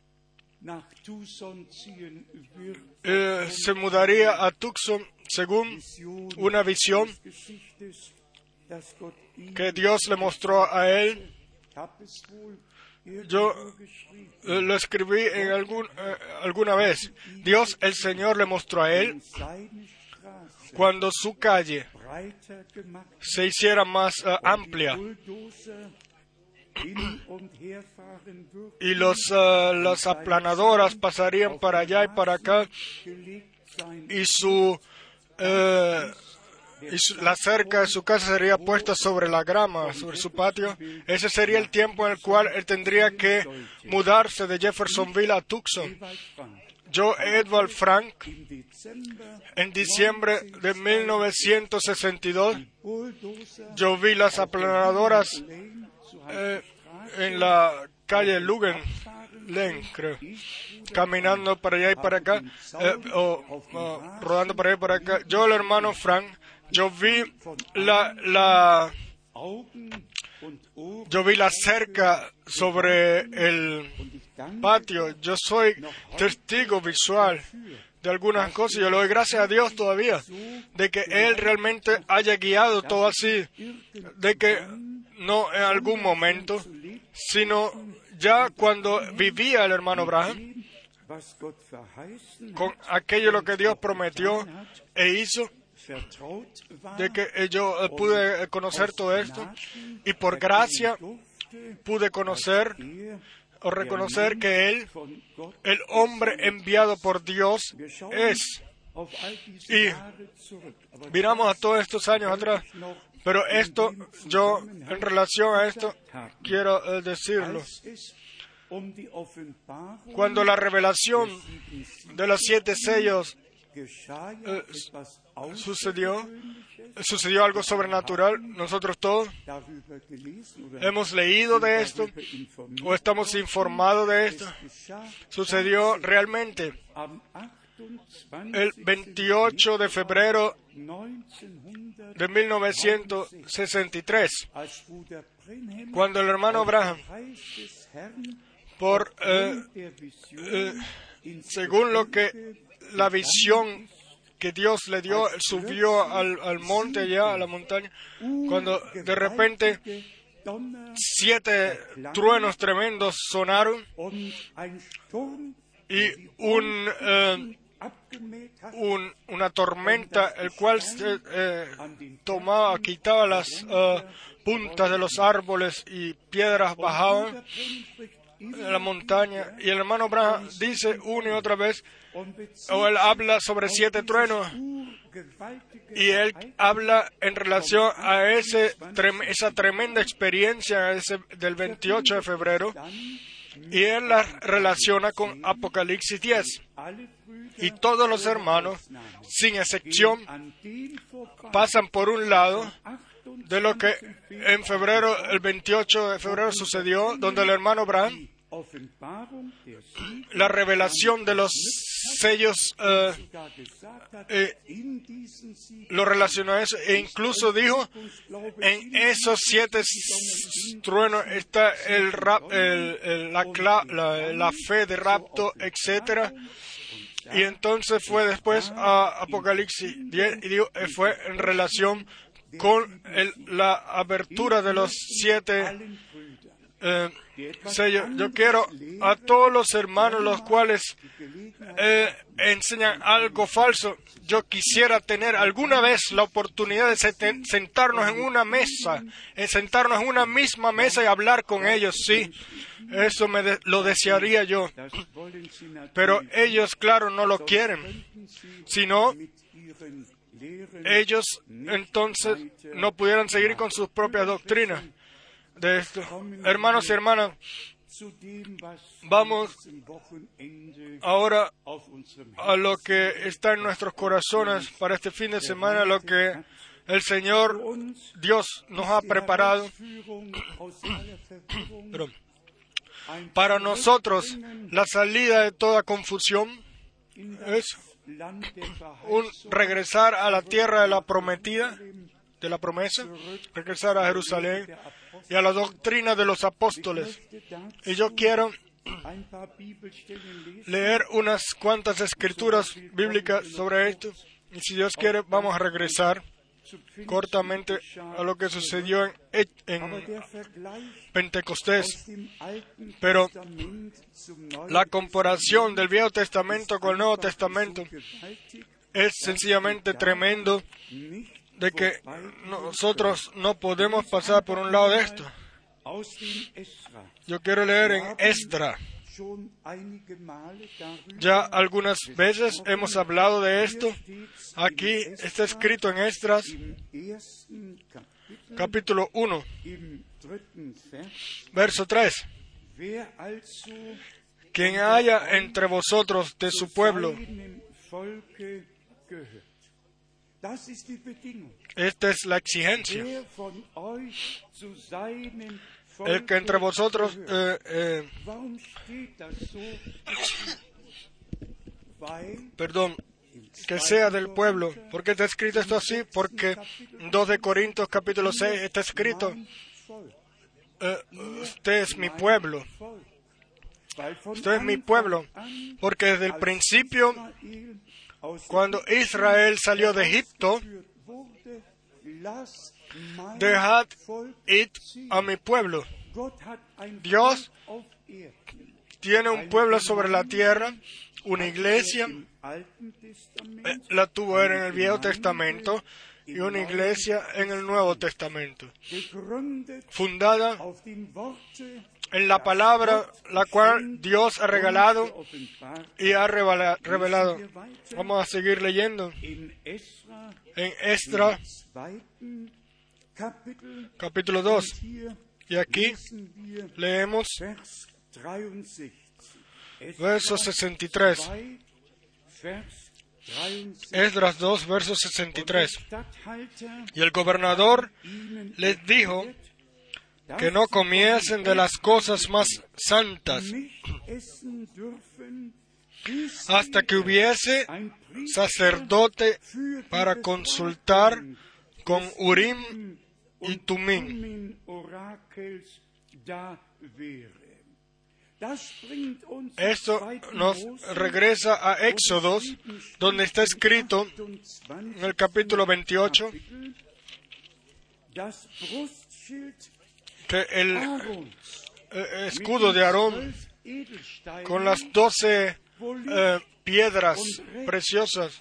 Speaker 2: eh, se mudaría a Tucson según una visión que Dios le mostró a él. Yo eh, lo escribí en algún, eh, alguna vez. Dios, el Señor, le mostró a él cuando su calle se hiciera más uh, amplia y los, uh, las aplanadoras pasarían para allá y para acá, y su... Uh, y su, la cerca de su casa sería puesta sobre la grama, sobre su patio. Ese sería el tiempo en el cual él tendría que mudarse de Jeffersonville a Tucson. Yo, Edward Frank, en diciembre de mil novecientos sesenta y dos, yo vi las aplanadoras eh, en la calle Lugen Lane, creo, caminando para allá y para acá, eh, o, o rodando para allá y para acá. Yo, el hermano Frank, Yo vi la, la, yo vi la cerca sobre el patio. Yo soy testigo visual de algunas cosas. Yo le doy gracias a Dios todavía de que Él realmente haya guiado todo así, de que no en algún momento, sino ya cuando vivía el hermano Branham, con aquello lo que Dios prometió e hizo, de que yo eh, pude conocer todo esto, y por gracia pude conocer o reconocer que Él, el hombre enviado por Dios, es. Y miramos a todos estos años atrás, pero esto, yo en relación a esto, quiero eh, decirlo. Cuando la revelación de los siete sellos eh, sucedió, sucedió algo sobrenatural, nosotros todos hemos leído de esto o estamos informados de esto. Sucedió realmente el veintiocho de febrero de mil novecientos sesenta y tres, cuando el hermano Branham, por eh, eh, según lo que la visión que Dios le dio, subió al, al monte allá, a la montaña, cuando de repente siete truenos tremendos sonaron y un, eh, un, una tormenta, el cual se, eh, tomaba, quitaba las uh, puntas de los árboles y piedras bajaban de la montaña. Y el hermano Branham dice una y otra vez, o él habla sobre siete truenos, y él habla en relación a ese, esa tremenda experiencia ese, del veintiocho de febrero, y él la relaciona con Apocalipsis diez. Y todos los hermanos, sin excepción, pasan por un lado de lo que en febrero, el veintiocho de febrero sucedió, donde el hermano Branham, la revelación de los sellos, eh, eh, lo relacionó a eso, e incluso dijo, en esos siete truenos está el, rap, el, el la, la, la fe de rapto, etcétera. Y entonces fue después a Apocalipsis diez y dijo, eh, fue en relación con el, la abertura de los siete eh, sellos. Yo quiero a todos los hermanos los cuales eh, enseñan algo falso, yo quisiera tener alguna vez la oportunidad de sentarnos en una mesa, en sentarnos en una misma mesa y hablar con ellos, sí. Eso me de, lo desearía yo. Pero ellos, claro, no lo quieren. Sino, ellos entonces no pudieran seguir con sus propias doctrinas de esto. Hermanos y hermanas, vamos ahora a lo que está en nuestros corazones para este fin de semana, lo que el Señor Dios nos ha preparado. Pero, para nosotros, la salida de toda confusión es un regresar a la tierra de la prometida, de la promesa, regresar a Jerusalén y a la doctrina de los apóstoles. Y yo quiero leer unas cuantas escrituras bíblicas sobre esto. Y si Dios quiere, vamos a regresar cortamente a lo que sucedió en, en Pentecostés. Pero la comparación del Viejo Testamento con el Nuevo Testamento es sencillamente tremendo, de que nosotros no podemos pasar por un lado de esto. Yo quiero leer en Esdras. Ya algunas veces hemos hablado de esto. Aquí está escrito en Esdras, capítulo uno, verso tres. Quien haya entre vosotros de su pueblo, esta es la exigencia. El que entre vosotros eh, eh, perdón, que sea del pueblo. ¿Por qué está escrito esto así? Porque en dos de Corintios capítulo seis está escrito, eh, usted es mi pueblo. Usted es mi pueblo. Porque desde el principio, cuando Israel salió de Egipto, dejad ir a mi pueblo. Dios tiene un pueblo sobre la tierra, una iglesia, eh, la tuvo él en el Viejo Testamento, y una iglesia en el Nuevo Testamento, fundada en la palabra la cual Dios ha regalado y ha revelado. Vamos a seguir leyendo en Esdras capítulo dos, y aquí leemos verso sesenta y tres. Esdras dos, verso sesenta y tres. Y el gobernador les dijo que no comiesen de las cosas más santas hasta que hubiese sacerdote para consultar con Urim y Tumim. Esto nos regresa a Éxodo, donde está escrito en el capítulo veintiocho que el eh, escudo de Aarón con las doce eh, piedras preciosas,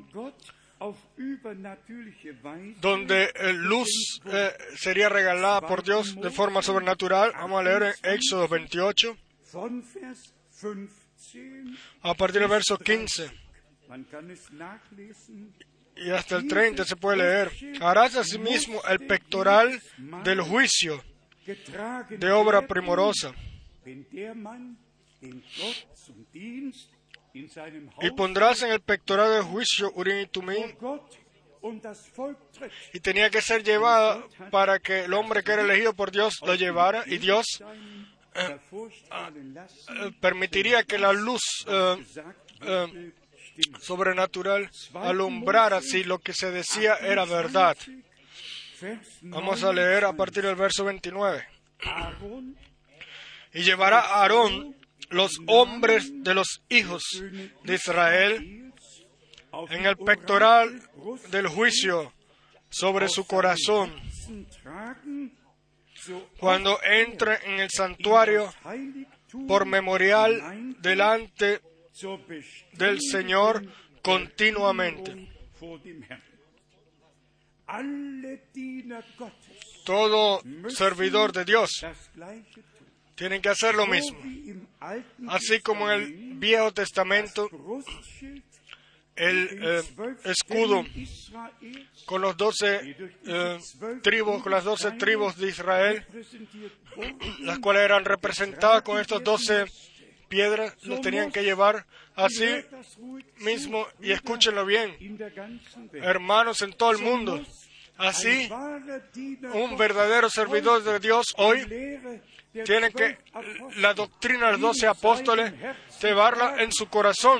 Speaker 2: donde eh, luz eh, sería regalada por Dios de forma sobrenatural. Vamos a leer en Éxodo veintiocho, a partir del verso quince. Y hasta el treinta se puede leer. Harás asimismo el pectoral del juicio de obra primorosa. Y pondrás en el pectoral del juicio Urim y Tumim. Y tenía que ser llevada para que el hombre que era elegido por Dios lo llevara. Y Dios eh, eh, permitiría que la luz eh, eh, sobrenatural alumbrara si lo que se decía era verdad. Vamos a leer a partir del verso veintinueve. Y llevará a Aarón los hombres de los hijos de Israel en el pectoral del juicio sobre su corazón, cuando entre en el santuario por memorial delante del Señor continuamente. Todo servidor de Dios tiene que hacer lo mismo. Así como en el Viejo Testamento, el eh, escudo con los doce eh, tribus, con las doce tribus de Israel, las cuales eran representadas con estas doce piedras, los tenían que llevar así mismo, y escúchenlo bien, hermanos en todo el mundo, así un verdadero servidor de Dios hoy tiene que la doctrina de los doce apóstoles llevarla en su corazón.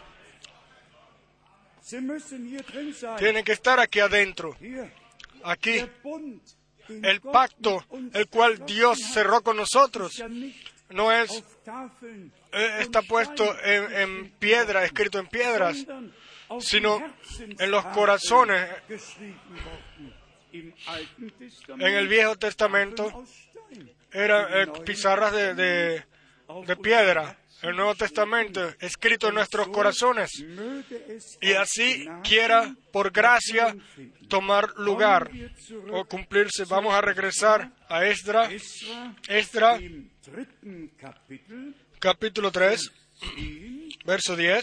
Speaker 2: Tiene que estar aquí adentro, aquí. El pacto el cual Dios cerró con nosotros no es eh, está puesto en, en piedra, escrito en piedras, sino en los corazones. En el Viejo Testamento eran eh, pizarras de, de, de piedra. El Nuevo Testamento escrito en nuestros corazones. Y así quiera, por gracia, tomar lugar o cumplirse. Vamos a regresar a Esdra, Esdra, capítulo tres, verso diez.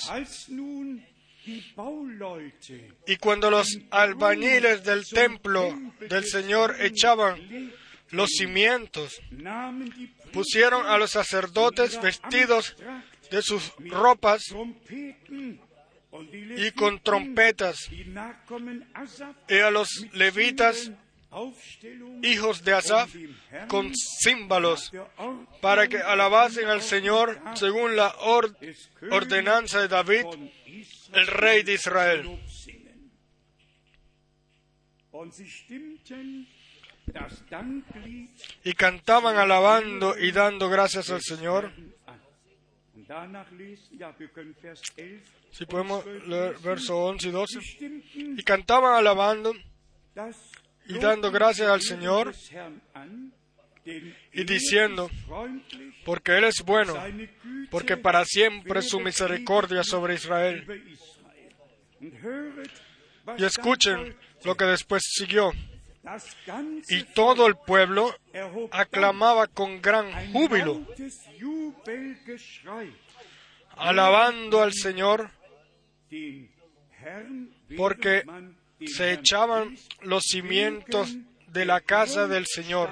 Speaker 2: Y cuando los albañiles del templo del Señor echaban los cimientos, pusieron a los sacerdotes vestidos de sus ropas y con trompetas, y a los levitas, hijos de Asaf, con címbalos, para que alabasen al Señor según la or- ordenanza de David, el rey de Israel. Y cantaban alabando y dando gracias al Señor. Si podemos leer verso once y doce. Y cantaban alabando y dando gracias al Señor y diciendo, porque Él es bueno, porque para siempre es su misericordia sobre Israel. Y escuchen lo que después siguió. Y todo el pueblo aclamaba con gran júbilo, alabando al Señor, porque se echaban los cimientos de la casa del Señor.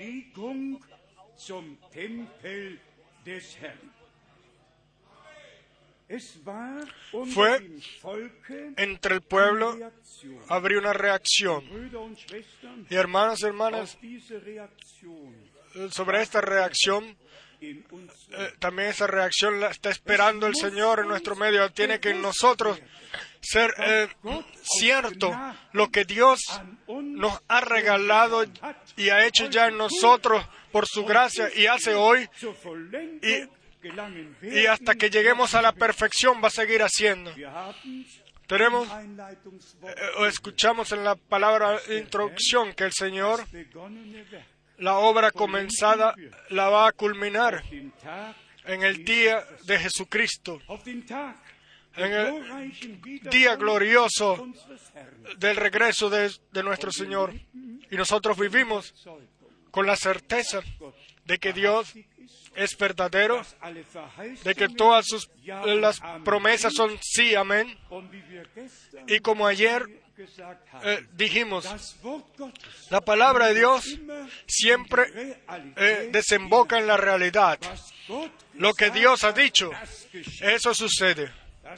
Speaker 2: Fue entre el pueblo, habría una reacción. Y hermanos y hermanas, sobre esta reacción, eh, también esa reacción la está esperando el Señor en nuestro medio. Tiene que en nosotros ser eh, cierto lo que Dios nos ha regalado y ha hecho ya en nosotros por su gracia y hace hoy, y Y hasta que lleguemos a la perfección va a seguir haciendo. Tenemos, eh, o escuchamos en la palabra de introducción que el Señor, la obra comenzada, la va a culminar en el día de Jesucristo. en el día glorioso del regreso de, de nuestro Señor. Y nosotros vivimos con la certeza de que Dios es verdadero, de que todas sus, las promesas son sí, amén. Y como ayer eh, dijimos, la palabra de Dios siempre eh, desemboca en la realidad. Lo que Dios ha dicho, eso sucede.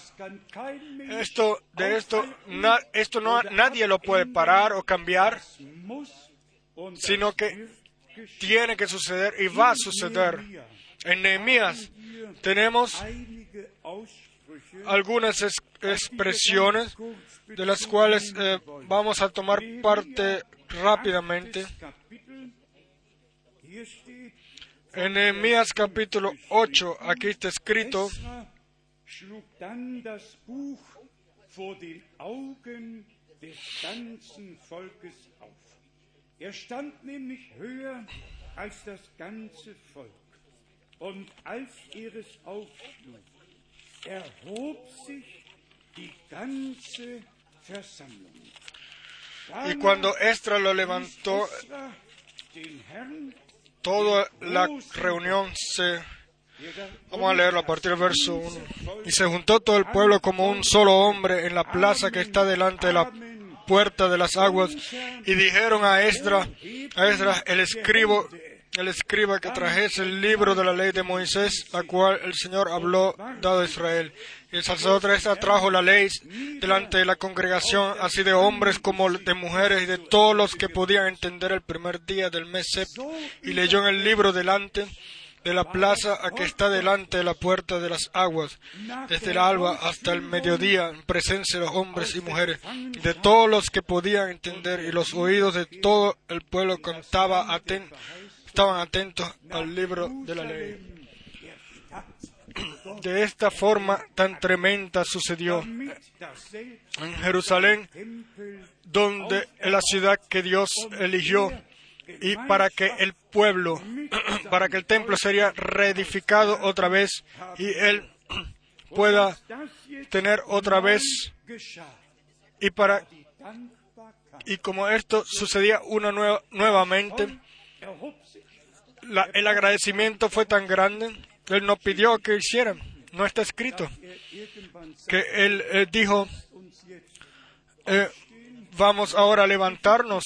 Speaker 2: Esto, de esto, na, esto no, nadie lo puede parar o cambiar, sino que tiene que suceder y va a suceder. En Nehemías tenemos algunas es, expresiones de las cuales eh, vamos a tomar parte rápidamente. En Nehemías capítulo ocho, aquí está escrito:
Speaker 1: schlug dann das Buch vor den Augen des ganzen Volkes auf. Er stand nämlich höher als das ganze Volk. Und als er es aufschlug, erhob sich die ganze Versammlung.
Speaker 2: Y cuando Esdras lo levantó, toda la reunión se... Vamos a leerlo a partir del verso uno. Y se juntó todo el pueblo como un solo hombre en la plaza que está delante de la puerta de las aguas, y dijeron a Esdras, a Esdras el escribo, el escriba, que trajese el libro de la ley de Moisés, la cual el Señor habló dado a Israel. Y el sacerdote Esdras trajo la ley delante de la congregación, así de hombres como de mujeres, y de todos los que podían entender el primer día del mes séptimo, y leyó en el libro delante de la plaza a que está delante de la puerta de las aguas, desde el alba hasta el mediodía, en presencia de los hombres y mujeres, de todos los que podían entender, y los oídos de todo el pueblo contaba aten- estaban atentos al libro de la ley. De esta forma tan tremenda sucedió en Jerusalén, donde es la ciudad que Dios eligió, y para que el pueblo, para que el templo sería reedificado otra vez y él pueda tener otra vez, y para y como esto sucedía una nueva, nuevamente, la, el agradecimiento fue tan grande, él no pidió que hicieran, no está escrito que él eh, dijo eh, vamos ahora a levantarnos.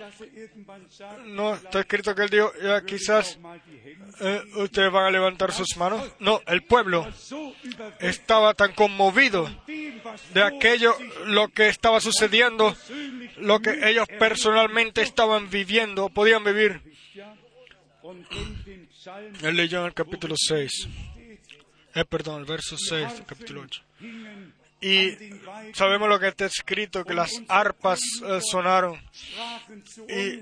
Speaker 2: No está escrito que él dijo, ya quizás eh, ustedes van a levantar sus manos. No, el pueblo estaba tan conmovido de aquello, lo que estaba sucediendo, lo que ellos personalmente estaban viviendo, podían vivir. Él leyó en el capítulo seis, eh, perdón, el verso seis del capítulo ocho. Y sabemos lo que está escrito, que las arpas eh, sonaron y,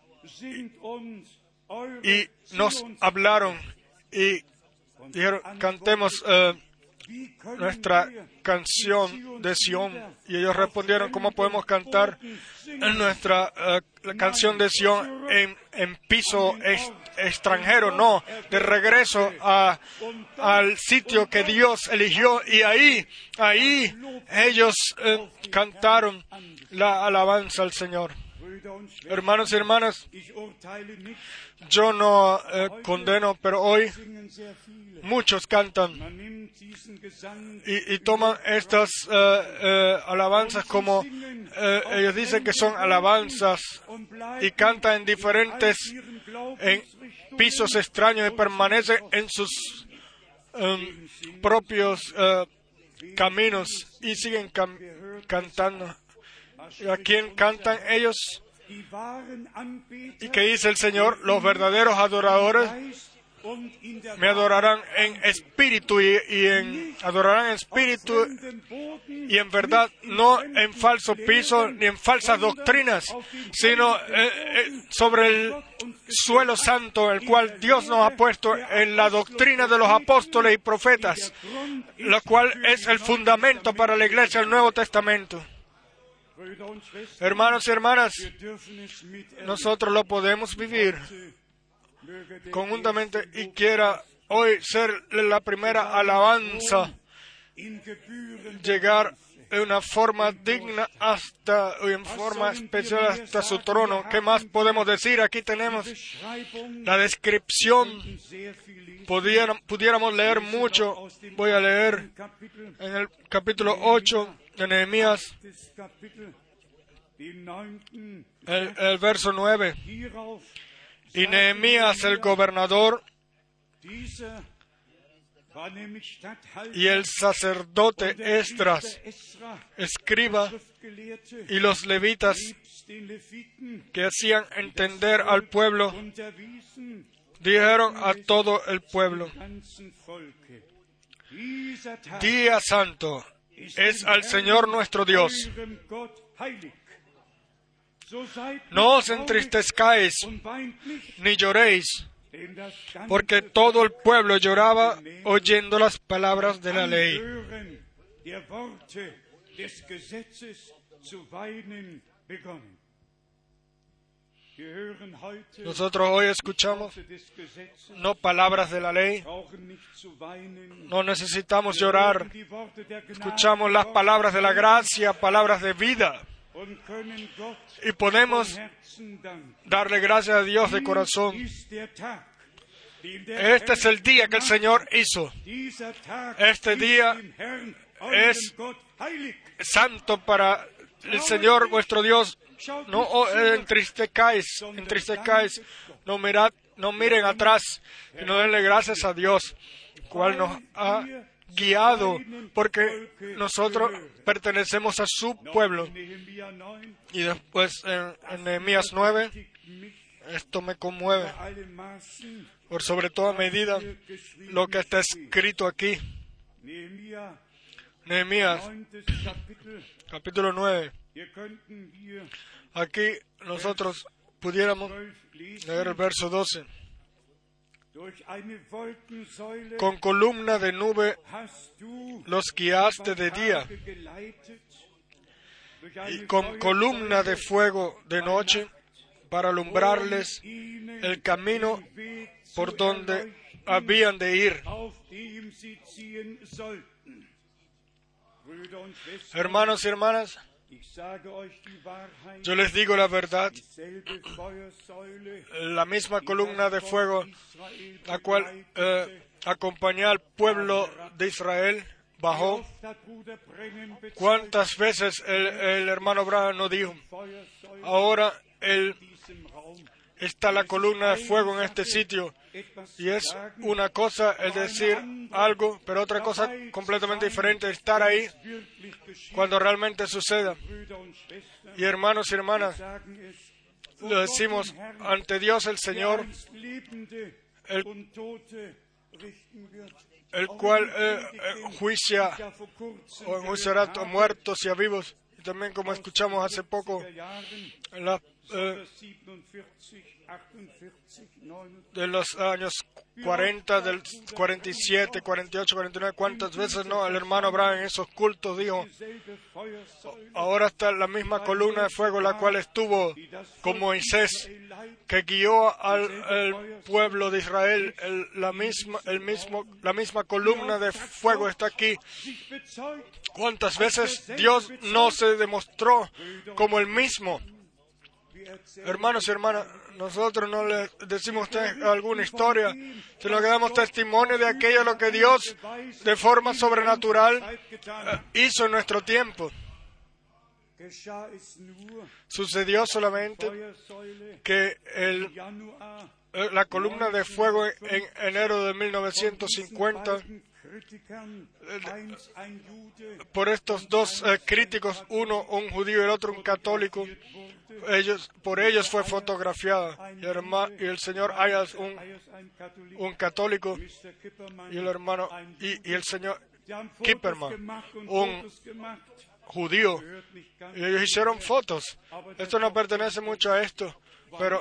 Speaker 2: y, y nos hablaron y dijeron, cantemos eh, nuestra canción de Sión. Y ellos respondieron, ¿cómo podemos cantar nuestra uh, la canción de Sión en, en piso ex, extranjero? No, de regreso a, al sitio que Dios eligió, y ahí, ahí ellos uh, cantaron la alabanza al Señor. Hermanos y hermanas, yo no eh, condeno, pero hoy muchos cantan y, y toman estas uh, uh, alabanzas como uh, ellos dicen que son alabanzas, y cantan en diferentes en pisos extraños y permanecen en sus um, propios uh, caminos y siguen cam- cantando. ¿Y a quién cantan ellos? ¿Y qué dice el Señor? Los verdaderos adoradores me adorarán en espíritu y, y en adorarán en espíritu y en verdad, no en falso piso ni en falsas doctrinas, sino eh, eh, sobre el suelo santo, el cual Dios nos ha puesto en la doctrina de los apóstoles y profetas, lo cual es el fundamento para la iglesia del Nuevo Testamento. Hermanos y hermanas, nosotros lo podemos vivir conjuntamente, y quiera hoy ser la primera alabanza llegar de una forma digna hasta, en forma especial hasta su trono. ¿Qué más podemos decir? Aquí tenemos la descripción. Pudiéramos, pudiéramos leer mucho. Voy a leer en el capítulo ocho de Nehemías, el, el verso nueve. Y Nehemías el gobernador y el sacerdote Esdras, escriba, y los levitas que hacían entender al pueblo, dijeron a todo el pueblo: Día santo es al Señor nuestro Dios. No os entristezcáis ni lloréis, porque todo el pueblo lloraba oyendo las palabras de la ley. Nosotros hoy escuchamos no palabras de la ley, no necesitamos llorar, escuchamos las palabras de la gracia, palabras de vida, y podemos darle gracias a Dios de corazón. Este es el día que el Señor hizo. Este día es santo para el Señor vuestro Dios. No os entristezcáis, entristezcáis, no mirad, no miren atrás, sino denle gracias a Dios, cual nos ha guiado, porque nosotros pertenecemos a su pueblo. Y después en, en Nehemías nueve, esto me conmueve, por sobre toda medida lo que está escrito aquí. Nehemías, capítulo nueve. Aquí nosotros pudiéramos leer el verso doce. Con columna de nube los guiaste de día, y con columna de fuego de noche, para alumbrarles el camino por donde habían de ir. Hermanos y hermanas, yo les digo la verdad, la misma columna de fuego, la cual eh, acompañó al pueblo de Israel, bajó. ¿Cuántas veces el, el hermano Branham nos dijo: ahora el, está la columna de fuego en este sitio? Y es una cosa el decir algo, pero otra cosa completamente diferente estar ahí cuando realmente suceda. Y hermanos y hermanas, lo decimos ante Dios el Señor, el, el cual eh, eh, juicia o enjuiciará a muertos y a vivos. Y también, como escuchamos hace poco, en la, eh, de los años cuarenta, del cuarenta y siete, cuarenta y ocho, cuarenta y nueve, cuántas veces no el hermano Branham en esos cultos dijo: ahora está la misma columna de fuego la cual estuvo con Moisés, que guió al el pueblo de Israel. El, la misma el mismo la misma columna de fuego está aquí. ¿Cuántas veces Dios no se demostró como el mismo? Hermanos y hermanas, nosotros no le decimos a ustedes alguna historia, sino que damos testimonio de aquello a lo que Dios, de forma sobrenatural, hizo en nuestro tiempo. Sucedió solamente que el, la columna de fuego en enero de mil novecientos cincuenta, por estos dos eh, críticos, uno un judío y el otro un católico, ellos, por ellos fue fotografiada. Y el, hermano, y el señor Ayas, un, un católico, y el hermano y, y el señor Kipperman, un judío. Y ellos hicieron fotos. Esto no pertenece mucho a esto, pero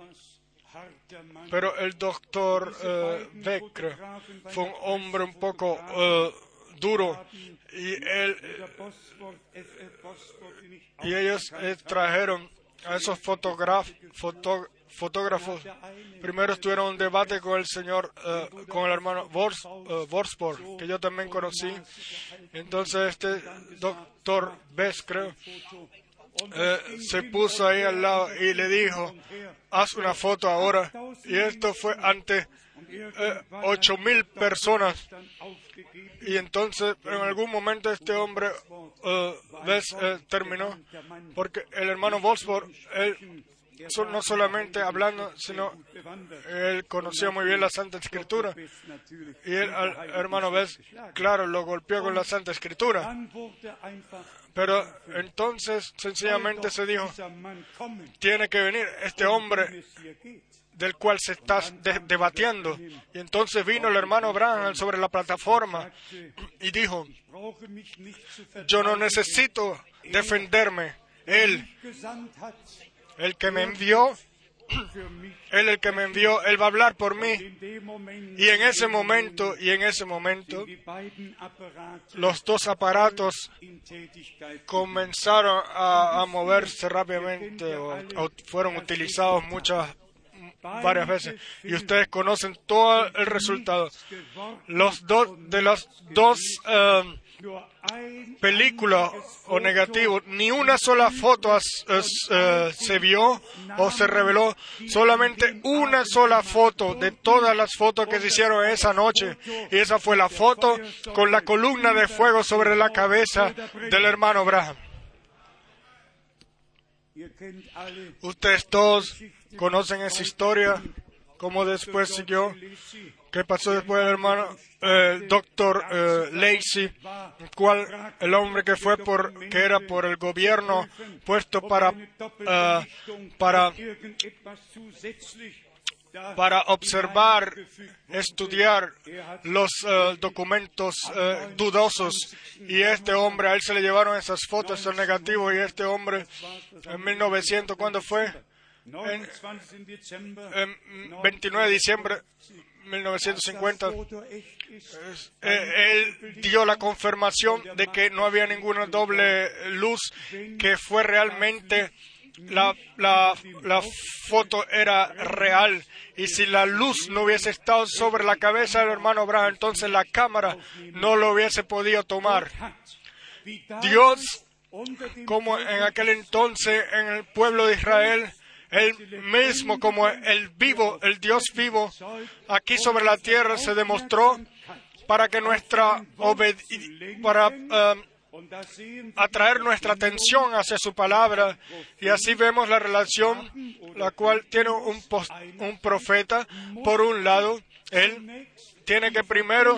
Speaker 2: pero el doctor uh, Becker fue un hombre un poco uh, duro, y él y ellos eh, trajeron a esos fotógrafos, foto, fotógrafos. Primero tuvieron un debate con el señor, uh, con el hermano Vors, uh, Vorspor, que yo también conocí. Entonces este doctor Bess, creo, uh, se puso ahí al lado y le dijo, haz una foto ahora. Y esto fue ante eh, ocho mil personas. Y entonces en algún momento este hombre uh, Bess, uh, terminó, porque el hermano Wolfsburg, él no solamente hablando, sino él conocía muy bien la Santa Escritura. Y él, al hermano Bess, claro, lo golpeó con la Santa Escritura. Pero entonces sencillamente se dijo, tiene que venir este hombre del cual se está de- debatiendo. Y entonces vino el hermano Branham sobre la plataforma y dijo, yo no necesito defenderme. Él, el que me envió, Él el que me envió, Él va a hablar por mí. Y en ese momento, y en ese momento, los dos aparatos comenzaron a, a moverse rápidamente, o, o fueron utilizados muchas, varias veces. Y ustedes conocen todo el resultado. Los dos, de las dos uh, películas o negativos, ni una sola foto as, as, uh, se vio o se reveló, solamente una sola foto de todas las fotos que se hicieron esa noche, y esa fue la foto con la columna de fuego sobre la cabeza del hermano Branham. Ustedes todos conocen esa historia, cómo después siguió, qué pasó después del hermano eh, doctor eh, Lacey, el cual el hombre que fue por que era por el gobierno puesto para uh, para para observar, estudiar los uh, documentos uh, dudosos, y este hombre, a él se le llevaron esas fotos, esos negativos, y este hombre en mil novecientos, ¿cuándo fue? En, en veintinueve de diciembre de mil novecientos cincuenta, eh, él dio la confirmación de que no había ninguna doble luz, que fue realmente la, la, la foto era real, y si la luz no hubiese estado sobre la cabeza del hermano Branham, entonces la cámara no lo hubiese podido tomar. Dios, como en aquel entonces en el pueblo de Israel, Él mismo como el vivo, el Dios vivo, aquí sobre la tierra se demostró para que nuestra obediencia, para uh, atraer nuestra atención hacia su palabra, y así vemos la relación, la cual tiene un, post, un profeta. Por un lado, él tiene que primero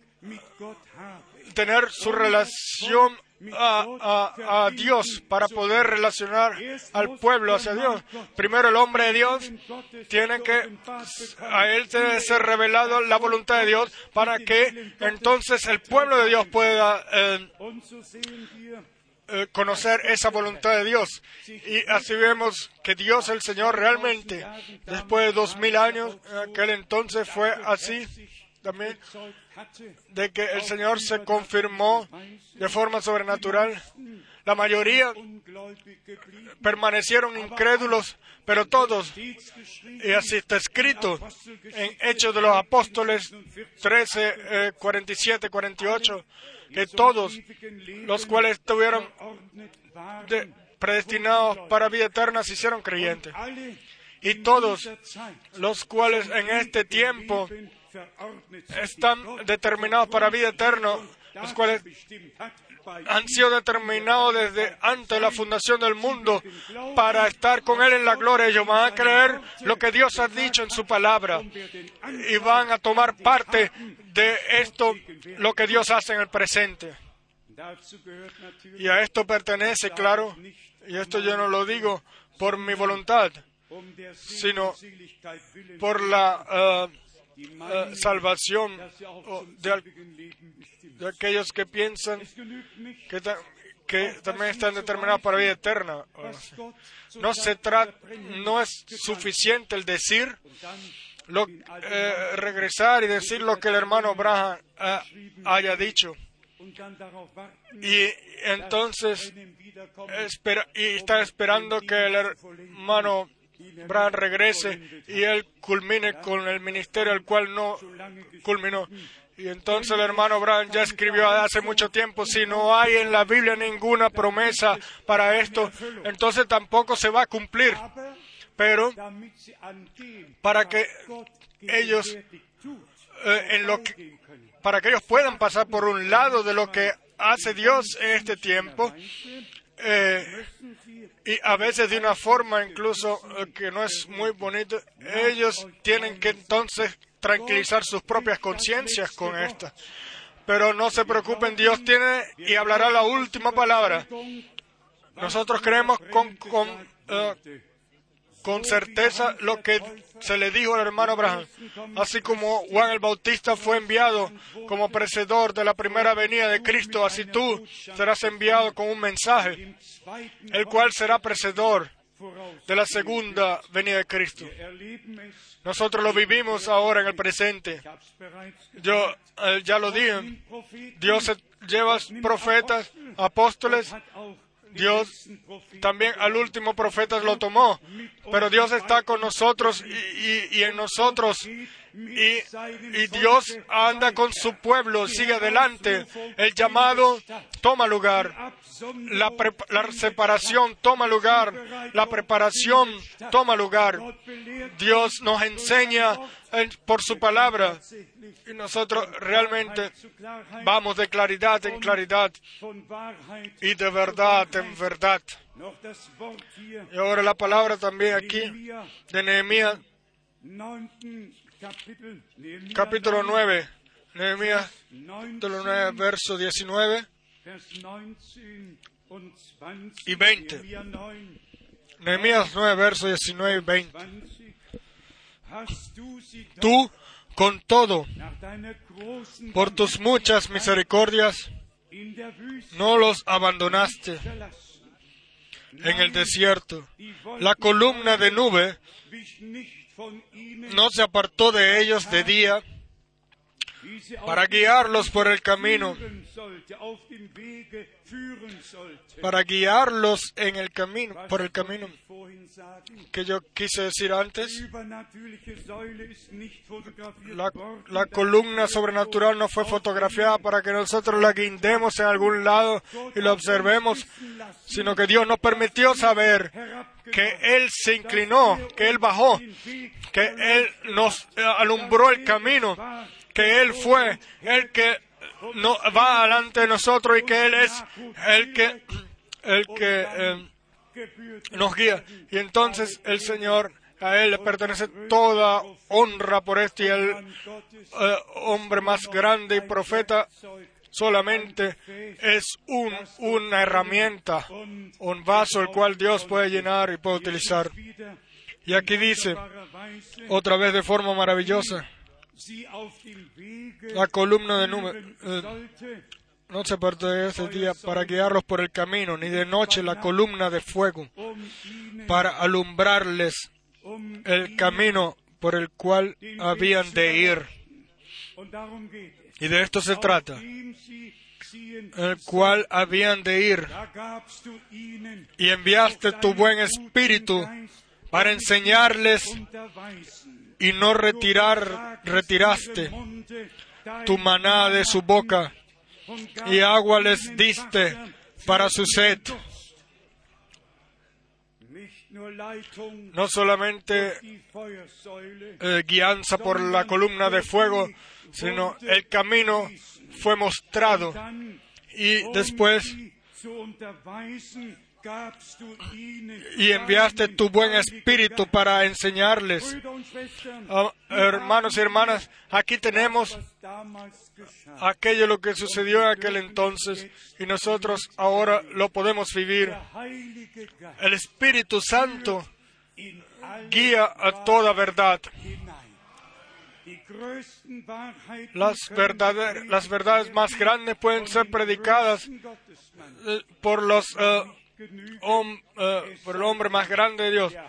Speaker 2: tener su relación A, a, a Dios para poder relacionar al pueblo hacia Dios. Primero el hombre de Dios tiene que, a él debe ser revelado la voluntad de Dios para que entonces el pueblo de Dios pueda eh, eh, conocer esa voluntad de Dios. Y así vemos que Dios, el Señor, realmente, después de dos mil años, en aquel entonces fue así también, de que el Señor se confirmó de forma sobrenatural. La mayoría permanecieron incrédulos, pero todos, y así está escrito en Hechos de los Apóstoles trece, eh, cuarenta y siete, cuarenta y ocho, que todos los cuales estuvieron de, predestinados para vida eterna se hicieron creyentes. Y todos los cuales en este tiempo están determinados para vida eterna, los cuales han sido determinados desde antes de la fundación del mundo para estar con Él en la gloria. Ellos van a creer lo que Dios ha dicho en su palabra y van a tomar parte de esto, lo que Dios hace en el presente. Y a esto pertenece, claro, y esto yo no lo digo por mi voluntad, sino por la uh, Uh, salvación uh, de, de aquellos que piensan que, ta, que también están determinados para vida eterna. Uh, no se trata, no es suficiente el decir, lo, eh, regresar y decir lo que el hermano Branham uh, haya dicho. y entonces espera, y está esperando que el hermano Branham regrese y él culmine con el ministerio el cual no culminó. Y entonces el hermano Branham ya escribió hace mucho tiempo, si no hay en la Biblia ninguna promesa para esto, entonces tampoco se va a cumplir. Pero para que ellos, eh, en lo que, para que ellos puedan pasar por un lado de lo que hace Dios en este tiempo, eh, y a veces de una forma incluso eh, que no es muy bonita, ellos tienen que entonces tranquilizar sus propias conciencias con esto. Pero no se preocupen, Dios tiene y hablará la última palabra. Nosotros creemos con, con, uh, con certeza lo que se le dijo al hermano Branham. Así como Juan el Bautista fue enviado como precedor de la primera venida de Cristo, así tú serás enviado con un mensaje, el cual será precedor de la segunda venida de Cristo. Nosotros lo vivimos ahora en el presente. Yo eh, ya lo dije, Dios lleva profetas, apóstoles. Dios también al último profeta lo tomó, pero Dios está con nosotros y, y, y en nosotros, y, y Dios anda con su pueblo, sigue adelante. El llamado toma lugar, la, pre, la separación toma lugar, la preparación toma lugar. Dios nos enseña en, por su palabra, y nosotros realmente vamos de claridad en claridad y de verdad en verdad. Y ahora la palabra también aquí de Nehemías, capítulo nueve, Nehemías, capítulo nueve, verso diecinueve y veinte. Nehemías nueve, verso diecinueve y veinte. Tú, con todo, por tus muchas misericordias, no los abandonaste en el desierto. La columna de nube no se apartó de ellos de día para guiarlos por el camino, para guiarlos en el camino, por el camino que yo quise decir antes. La, la columna sobrenatural no fue fotografiada para que nosotros la guindemos en algún lado y la observemos, sino que Dios nos permitió saber que Él se inclinó, que Él bajó, que Él nos alumbró el camino, que Él fue el que no, va delante de nosotros y que Él es el que, el que eh, nos guía. Y entonces el Señor, a Él le pertenece toda honra por esto, y el eh, hombre más grande y profeta solamente es un, una herramienta, un vaso el cual Dios puede llenar y puede utilizar. Y aquí dice, otra vez de forma maravillosa, la columna de nube eh, no se apartó de ese día para guiarlos por el camino, ni de noche la columna de fuego para alumbrarles el camino por el cual habían de ir. Y de esto se trata, el cual habían de ir. Y enviaste tu buen espíritu para enseñarles, y no retirar, retiraste tu maná de su boca, y agua les diste para su sed. No solamente eh, guianza por la columna de fuego, sino el camino fue mostrado, y después y enviaste tu buen espíritu para enseñarles. Oh, hermanos y hermanas, aquí tenemos aquello lo que sucedió en aquel entonces, y nosotros ahora lo podemos vivir. El Espíritu Santo guía a toda verdad. Las verdades, las verdades más grandes pueden ser predicadas eh, por los uh, hom, uh, por el hombre más grande de Dios,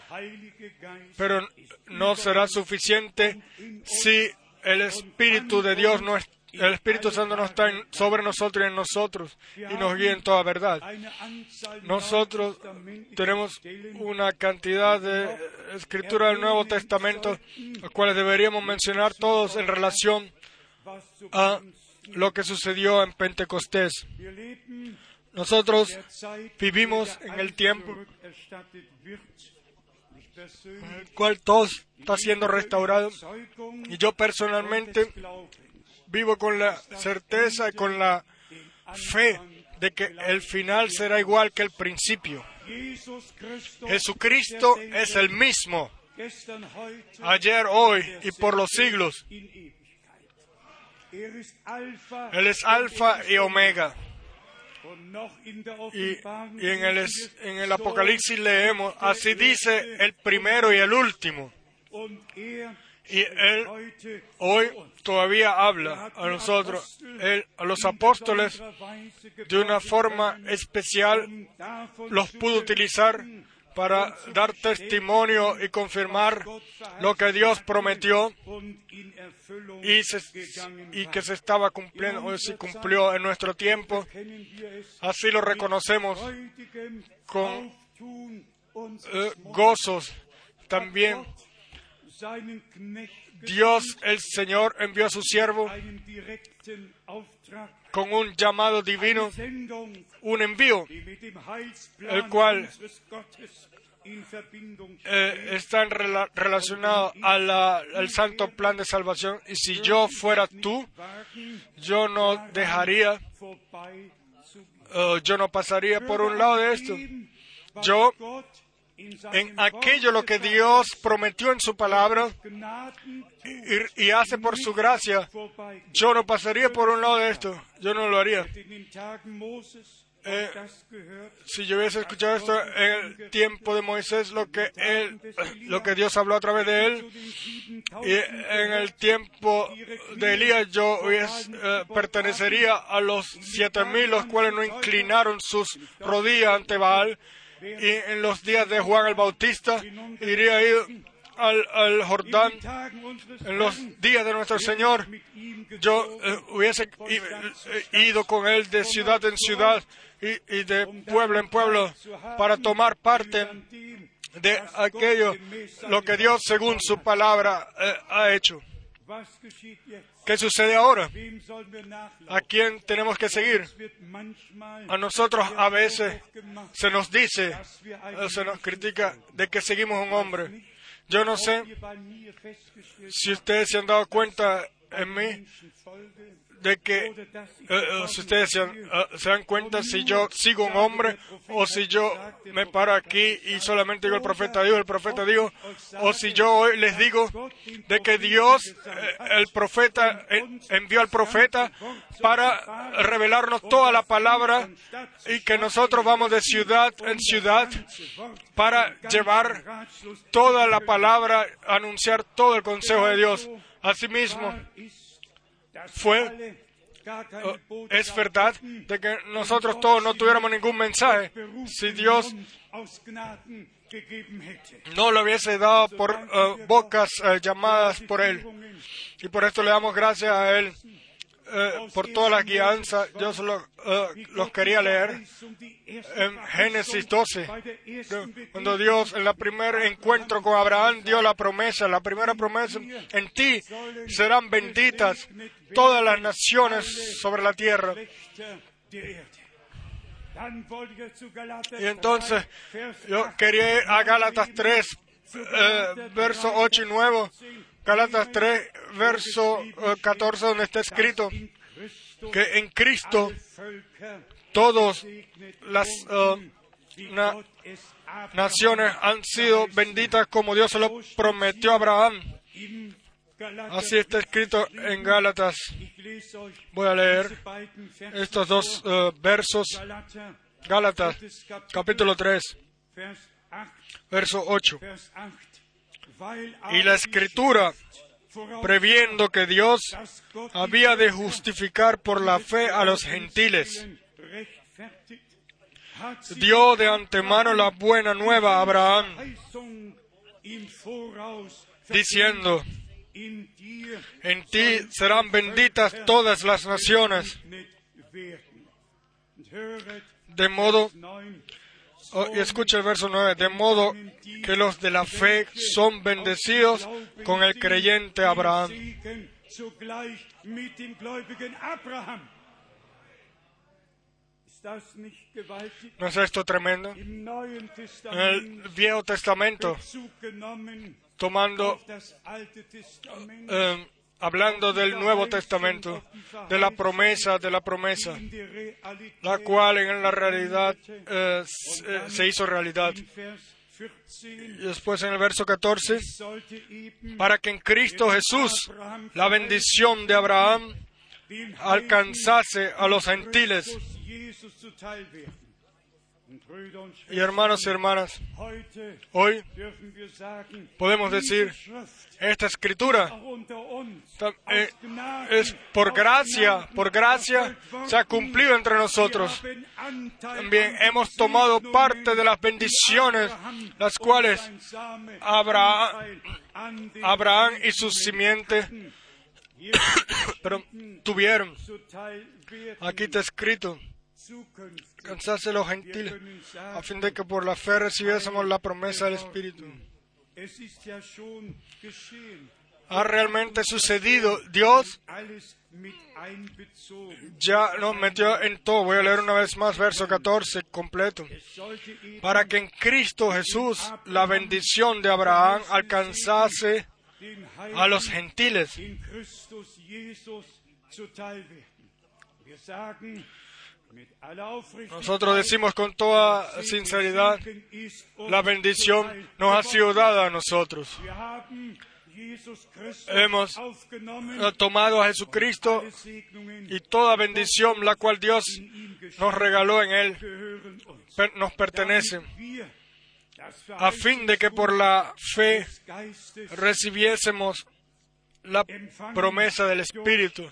Speaker 2: pero no será suficiente si el Espíritu de Dios no, es, el Espíritu Santo no está en, sobre nosotros y en nosotros y nos guía en toda verdad. Nosotros tenemos una cantidad de escrituras del Nuevo Testamento, las cuales deberíamos mencionar todos en relación a lo que sucedió en Pentecostés. Nosotros vivimos en el tiempo en el cual todo está siendo restaurado, y yo personalmente vivo con la certeza y con la fe de que el final será igual que el principio. Jesucristo es el mismo, ayer, hoy y por los siglos. Él es Alfa y Omega. Y, y en, el, en el Apocalipsis leemos, así dice el primero y el último. Y Él hoy todavía habla a nosotros, él, a los apóstoles, de una forma especial, los pudo utilizar para dar testimonio y confirmar lo que Dios prometió y, se, y que se estaba cumpliendo, o se cumplió en nuestro tiempo. Así lo reconocemos con eh, gozos. También Dios, el Señor, envió a su siervo con un llamado divino, un envío, el cual eh, está en rela relacionado a la, al santo plan de salvación. Y si yo fuera tú, yo no dejaría, uh, yo no pasaría por un lado de esto. Yo, en aquello lo que Dios prometió en su palabra y, y hace por su gracia, yo no pasaría por un lado de esto, yo no lo haría. Eh, si yo hubiese escuchado esto en el tiempo de Moisés, lo que él, lo que Dios habló a través de él, y en el tiempo de Elías yo hubiese, eh, pertenecería a los siete mil, los cuales no inclinaron sus rodillas ante Baal. Y en los días de Juan el Bautista iría al, al Jordán. En los días de nuestro Señor yo eh, hubiese ido con él de ciudad en ciudad y, y de pueblo en pueblo para tomar parte de aquello lo que Dios según su palabra eh, ha hecho. ¿Qué sucede ahora? ¿A quién tenemos que seguir? A nosotros a veces se nos dice, se nos critica de que seguimos a un hombre. Yo no sé si ustedes se han dado cuenta en mí de que, uh, si ustedes se, han, uh, se dan cuenta si yo sigo un hombre o si yo me paro aquí y solamente digo el profeta dijo, el profeta dijo, o si yo hoy les digo de que Dios, eh, el profeta, eh, envió al profeta para revelarnos toda la palabra y que nosotros vamos de ciudad en ciudad para llevar toda la palabra, anunciar todo el consejo de Dios. Asimismo, fue, uh, es verdad de que nosotros todos no tuviéramos ningún mensaje si Dios no lo hubiese dado por uh, bocas uh, llamadas por Él. Y por esto le damos gracias a Él uh, por toda la guianza. Yo solo uh, los quería leer en Génesis doce, cuando Dios en el primer encuentro con Abraham dio la promesa, la primera promesa: en ti serán benditas todas las naciones sobre la tierra. Y entonces yo quería ir a Gálatas tres, eh, verso ocho y nueve, Gálatas tres, verso eh, catorce, donde está escrito que en Cristo todas las uh, na naciones han sido benditas como Dios se lo prometió a Abraham. Así está escrito en Gálatas. Voy a leer estos dos uh, versos. Gálatas, capítulo tres, verso ocho. Y la Escritura, previendo que Dios había de justificar por la fe a los gentiles, dio de antemano la buena nueva a Abraham, diciendo: En ti serán benditas todas las naciones. De modo, oh, y escucha el verso nueve, de modo que los de la fe son bendecidos con el creyente Abraham. ¿No es esto tremendo? En el Viejo Testamento, tomando, eh, hablando del Nuevo Testamento, de la promesa, de la promesa, la cual en la realidad eh, se, se hizo realidad. Y después en el verso catorce, para que en Cristo Jesús la bendición de Abraham alcanzase a los gentiles. Y hermanos y hermanas, hoy podemos decir, esta escritura eh, es por gracia, por gracia se ha cumplido entre nosotros. También hemos tomado parte de las bendiciones, las cuales Abraham, Abraham y sus simientes pero tuvieron. Aquí está escrito, alcanzase los gentiles, a fin de que por la fe recibiésemos la promesa del Espíritu. Ha realmente sucedido. Dios ya nos metió en todo. Voy a leer una vez más verso catorce completo. Para que en Cristo Jesús la bendición de Abraham alcanzase a los gentiles. Nosotros decimos con toda sinceridad, la bendición nos ha sido dada a nosotros. Hemos tomado a Jesucristo y toda bendición la cual Dios nos regaló en Él nos pertenece, a fin de que por la fe recibiésemos la promesa del Espíritu.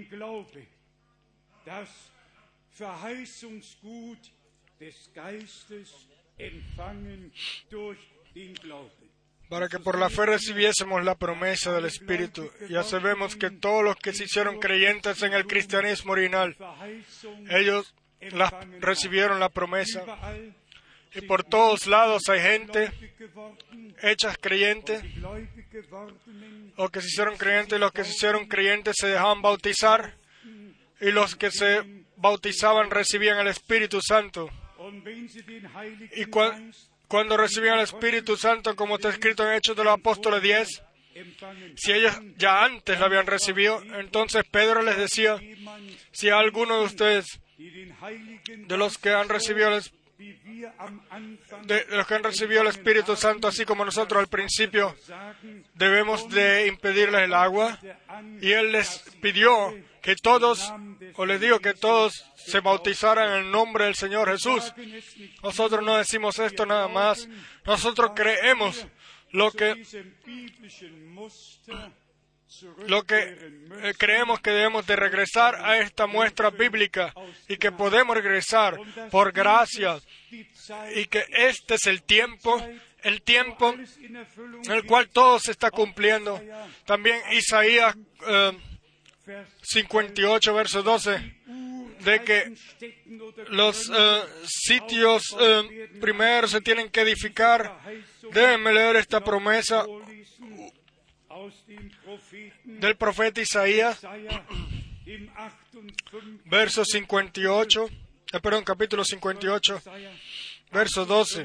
Speaker 2: Para que por la fe recibiésemos la promesa del Espíritu. Ya sabemos que todos los que se hicieron creyentes en el cristianismo original, ellos la, recibieron la promesa. Y por todos lados hay gente hechas creyentes, o que se hicieron creyentes, y los que se hicieron creyentes se dejaban bautizar, y los que se bautizaban recibían el Espíritu Santo. Y cu- cuando recibían el Espíritu Santo, como está escrito en Hechos de los Apóstoles diez, si ellos ya antes lo habían recibido, entonces Pedro les decía, si alguno de ustedes, de los que han recibido el Espíritu, de los que han recibido el Espíritu Santo, así como nosotros al principio debemos de impedirles el agua, y Él les pidió que todos, o les digo que todos se bautizaran en el nombre del Señor Jesús. Nosotros no decimos esto nada más, nosotros creemos lo que lo que eh, creemos que debemos de regresar a esta muestra bíblica, y que podemos regresar por gracia, y que este es el tiempo, el tiempo en el cual todo se está cumpliendo. También Isaías eh, cincuenta y ocho, verso doce, de que los eh, sitios eh, primeros se tienen que edificar. Déjenme leer esta promesa del profeta Isaías, verso cincuenta y ocho, eh, perdón, capítulo cincuenta y ocho, verso doce.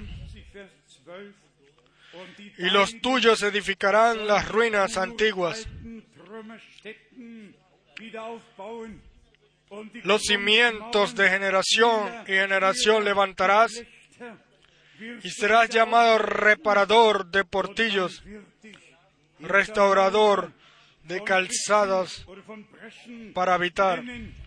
Speaker 2: Y los tuyos edificarán las ruinas antiguas, los cimientos de generación y generación levantarás, y serás llamado reparador de portillos, restaurador de calzadas para habitar.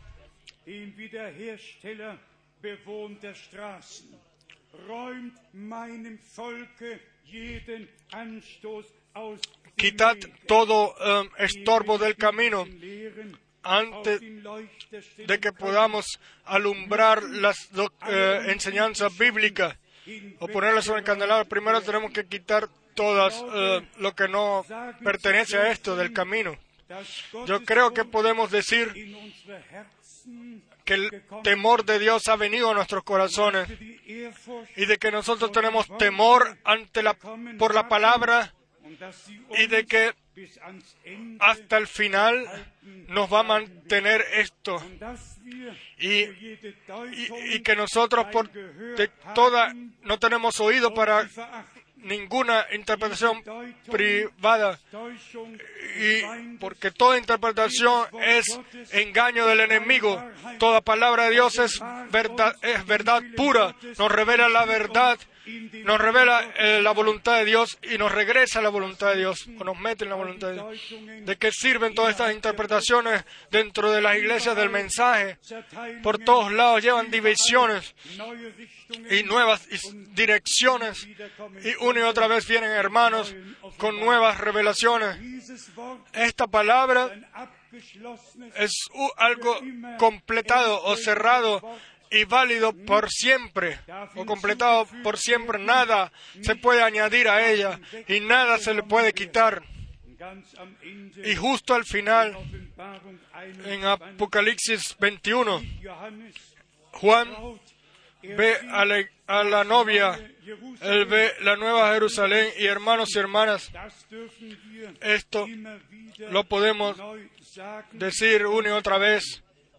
Speaker 2: Quitad todo um, estorbo del camino antes de que podamos alumbrar las do, eh, enseñanzas bíblicas o ponerlas sobre el candelabro. Primero tenemos que quitar todas uh, lo que no pertenece a esto del camino. Yo creo que podemos decir que el temor de Dios ha venido a nuestros corazones y de que nosotros tenemos temor ante la, por la palabra y de que hasta el final nos va a mantener esto y, y, y que nosotros por de toda no tenemos oído para ninguna interpretación privada, y porque toda interpretación es engaño del enemigo. Toda palabra de Dios es verdad, es verdad pura, nos revela la verdad, nos revela eh, la voluntad de Dios y nos regresa a la voluntad de Dios, o nos mete en la voluntad de Dios. ¿De qué sirven todas estas interpretaciones dentro de las iglesias del mensaje? Por todos lados llevan divisiones y nuevas direcciones, y una y otra vez vienen hermanos con nuevas revelaciones. Esta palabra es uh, algo completado o cerrado y válido por siempre, o completado por siempre. Nada se puede añadir a ella y nada se le puede quitar. Y justo al final, en Apocalipsis veintiuno, Juan ve a la, a la novia, él ve la nueva Jerusalén, y hermanos y hermanas, esto lo podemos decir una y otra vez.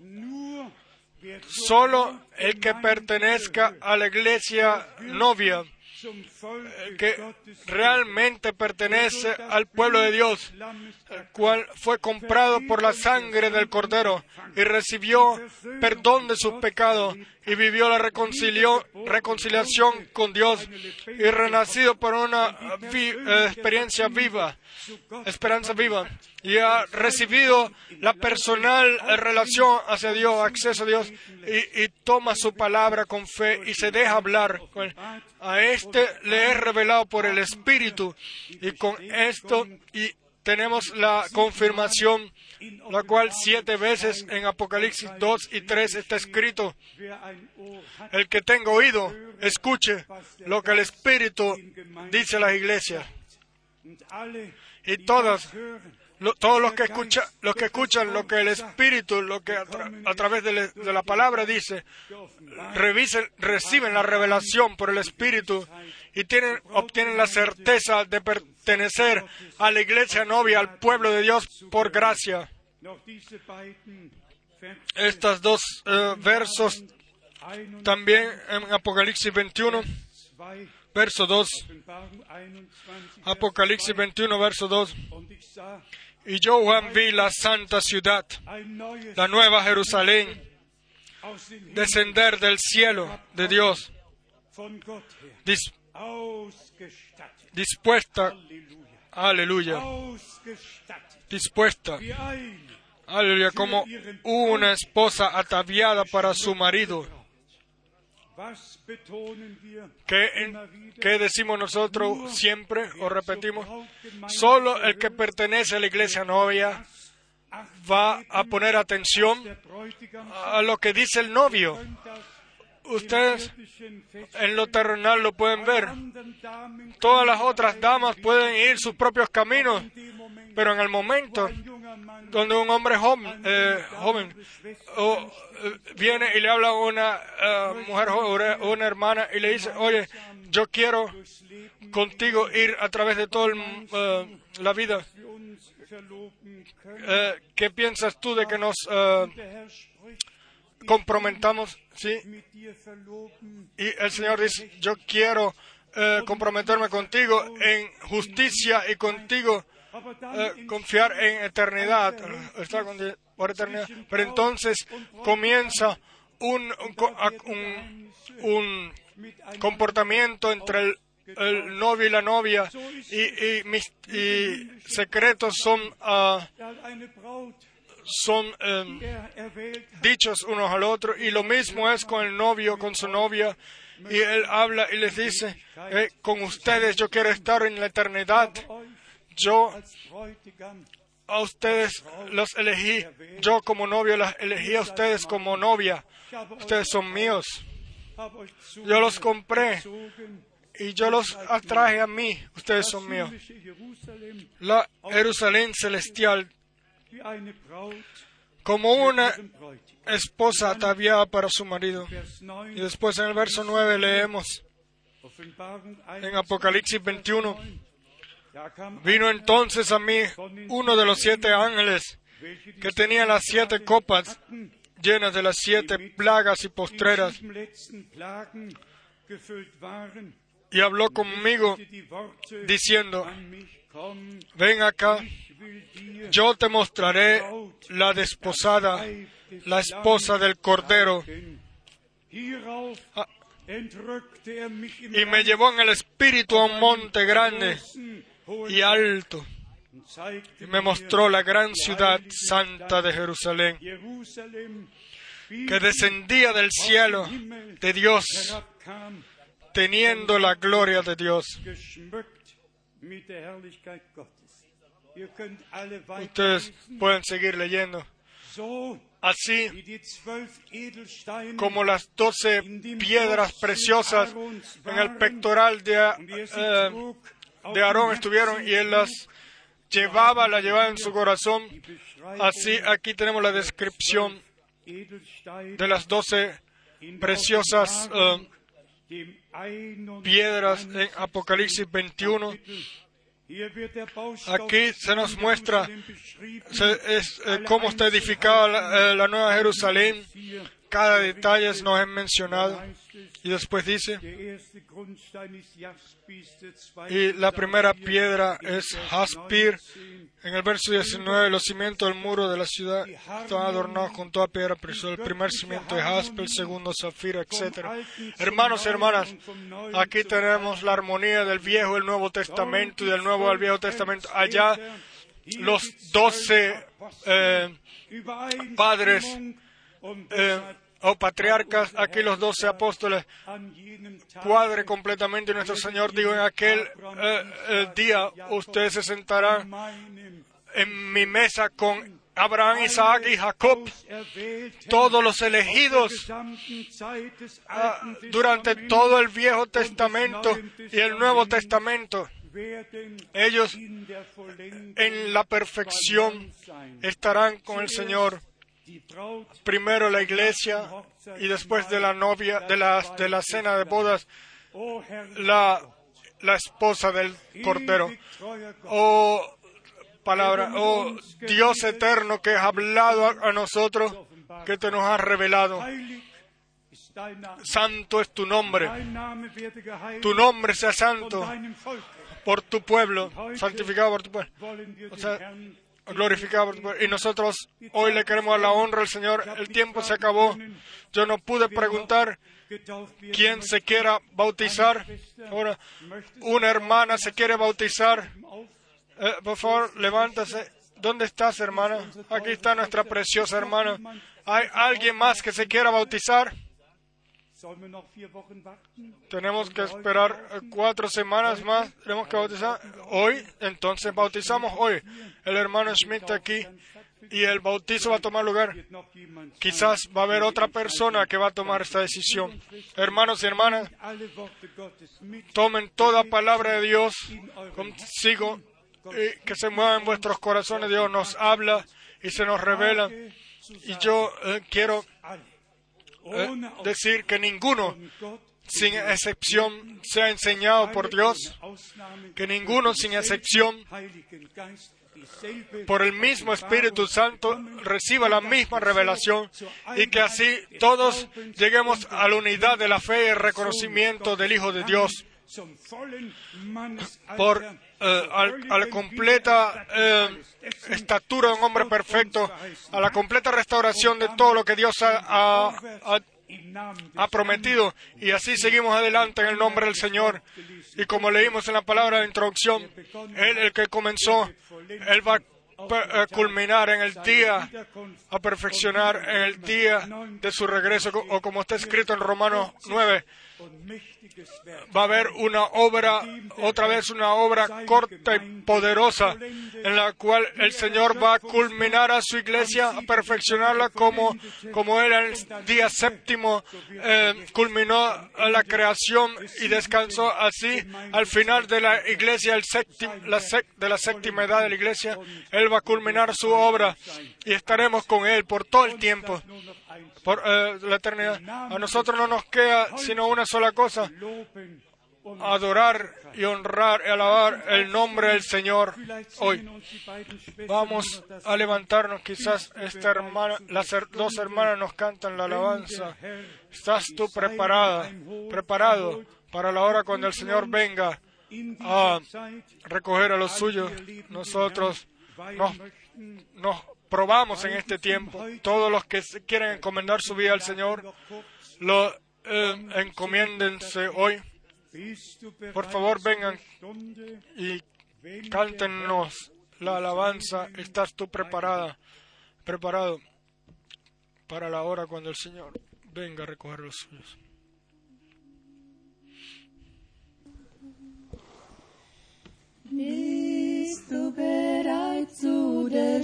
Speaker 2: Solo el que pertenezca a la iglesia novia, el que realmente pertenece al pueblo de Dios, el cual fue comprado por la sangre del Cordero y recibió perdón de sus pecados y vivió la reconcilio, reconciliación con Dios y renacido por una vi, eh, experiencia viva, esperanza viva, y ha recibido la personal relación hacia Dios, acceso a Dios, y, y toma su palabra con fe y se deja hablar. A este le es revelado por el Espíritu, y con esto y tenemos la confirmación, la cual siete veces en Apocalipsis dos y tres está escrito: el que tenga oído, escuche lo que el Espíritu dice a las iglesias. Y todos, lo, todos los que escuchan, los que escuchan lo que el Espíritu, lo que a, tra a través de, le, de la palabra dice, revisen, reciben la revelación por el Espíritu y tienen, obtienen la certeza de pertenecer a la iglesia novia, al pueblo de Dios por gracia. Estos dos uh, versos también en Apocalipsis veintiuno, verso dos. Apocalipsis veintiuno, verso dos. Y yo, Juan, vi la santa ciudad, la nueva Jerusalén, descender del cielo de Dios, dis dispuesta, aleluya, dispuesta, aleluya, como una esposa ataviada para su marido. ¿Qué, ¿Qué decimos nosotros siempre o repetimos? Solo el que pertenece a la iglesia novia va a poner atención a lo que dice el novio. Ustedes en lo terrenal lo pueden ver. Todas las otras damas pueden ir sus propios caminos, pero en el momento donde un hombre joven, eh, joven o, eh, viene y le habla a una uh, mujer joven, o una hermana, y le dice: oye, yo quiero contigo ir a través de toda uh, la vida. Eh, ¿Qué piensas tú de que nos uh, comprometamos? ¿Sí? Y el Señor dice: yo quiero uh, comprometerme contigo en justicia y contigo uh, confiar en eternidad, estar con por eternidad. Pero entonces comienza un, un, un, un comportamiento entre el el novio y la novia, y, y, mis, y secretos son uh, son um, dichos unos al otro, y lo mismo es con el novio, con su novia, y él habla y les dice: eh, con ustedes yo quiero estar en la eternidad, yo a ustedes los elegí, yo como novio las elegí a ustedes como novia, ustedes son míos, yo los compré y yo los atraje a mí, ustedes son míos. La Jerusalén celestial, como una esposa ataviada para su marido. Y después en el verso nueve leemos, en Apocalipsis veintiuno, vino entonces a mí uno de los siete ángeles que tenía las siete copas llenas de las siete plagas y postreras, y habló conmigo diciendo, ven acá, yo te mostraré la desposada, la esposa del Cordero. Ah, y me llevó en el espíritu a un monte grande y alto, y me mostró la gran ciudad santa de Jerusalén, que descendía del cielo de Dios, teniendo la gloria de Dios. Ustedes pueden seguir leyendo. Así como las doce piedras preciosas en el pectoral de, eh, de Aarón estuvieron, y él las llevaba, las llevaba en su corazón. Así aquí tenemos la descripción de las doce preciosas eh, piedras en Apocalipsis veintiuno. Aquí se nos muestra se, es, eh, cómo está edificada la, eh, la Nueva Jerusalén. Cada detalle nos es mencionado. Y después dice, y la primera piedra es jaspir. En el verso diecinueve, los cimientos del muro de la ciudad están adornados con toda piedra preciosa. El primer cimiento es jaspe, el segundo zafiro, etcétera. Hermanos y hermanas, aquí tenemos la armonía del Viejo y el Nuevo Testamento, y del Nuevo al Viejo Testamento. Allá los doce eh, padres eh, o patriarcas, aquí los doce apóstoles, cuadre completamente. Nuestro Señor dijo, en aquel eh, el día ustedes se sentarán en mi mesa con Abraham, Isaac y Jacob, todos los elegidos uh, durante todo el Viejo Testamento y el Nuevo Testamento. Ellos en la perfección estarán con el Señor. Primero la iglesia y después de la novia, de la, de la cena de bodas, la, la esposa del Cordero. Oh palabra, oh Dios eterno que has hablado a, a nosotros, que te nos has revelado. Santo es tu nombre. Tu nombre sea santo por tu pueblo, santificado por tu pueblo. O sea, glorificado por tu pueblo. Y nosotros hoy le queremos dar la honra al Señor. El tiempo se acabó. Yo no pude preguntar quién se quiera bautizar. Ahora, una hermana se quiere bautizar. Eh, por favor, levántase. ¿Dónde estás, hermana? Aquí está nuestra preciosa hermana. ¿Hay alguien más que se quiera bautizar? Tenemos que esperar cuatro semanas más. Tenemos que bautizar hoy. Entonces bautizamos hoy. El hermano Schmidt aquí, y el bautizo va a tomar lugar. Quizás va a haber otra persona que va a tomar esta decisión. Hermanos y hermanas, tomen toda palabra de Dios consigo, y que se mueva en vuestros corazones. Dios nos habla y se nos revela. Y yo eh, quiero eh, decir que ninguno, sin excepción, sea enseñado por Dios, que ninguno, sin excepción, por el mismo Espíritu Santo, reciba la misma revelación, y que así todos lleguemos a la unidad de la fe y el reconocimiento del Hijo de Dios, por eh, al, a la completa eh, estatura de un hombre perfecto, a la completa restauración de todo lo que Dios ha, ha, ha, ha prometido. Y así seguimos adelante en el nombre del Señor. Y como leímos en la palabra de introducción, Él, el que comenzó, Él va a culminar en el día, a perfeccionar en el día de su regreso, o como está escrito en Romanos nueve, va a haber una obra, otra vez una obra corta y poderosa, en la cual el Señor va a culminar a su iglesia, a perfeccionarla como, como Él en el día séptimo eh, culminó la creación y descansó. Así, al final de la iglesia, el séptimo, la sec, de la séptima edad de la iglesia, Él va a culminar su obra y estaremos con Él por todo el tiempo. Por eh, la eternidad. A nosotros no nos queda sino una sola cosa: adorar y honrar y alabar el nombre del Señor hoy. Vamos a levantarnos. Quizás esta hermana, las dos hermanas nos cantan la alabanza. ¿Estás tú preparada, preparado para la hora cuando el Señor venga a recoger a los suyos? Nosotros nos, nos probamos en este tiempo. Todos los que quieren encomendar su vida al Señor, lo eh, encomiéndense hoy. Por favor, vengan y cántenos la alabanza. ¿Estás tú preparada, preparado para la hora cuando el Señor venga a recoger los suyos?
Speaker 5: Bist du bereit zu der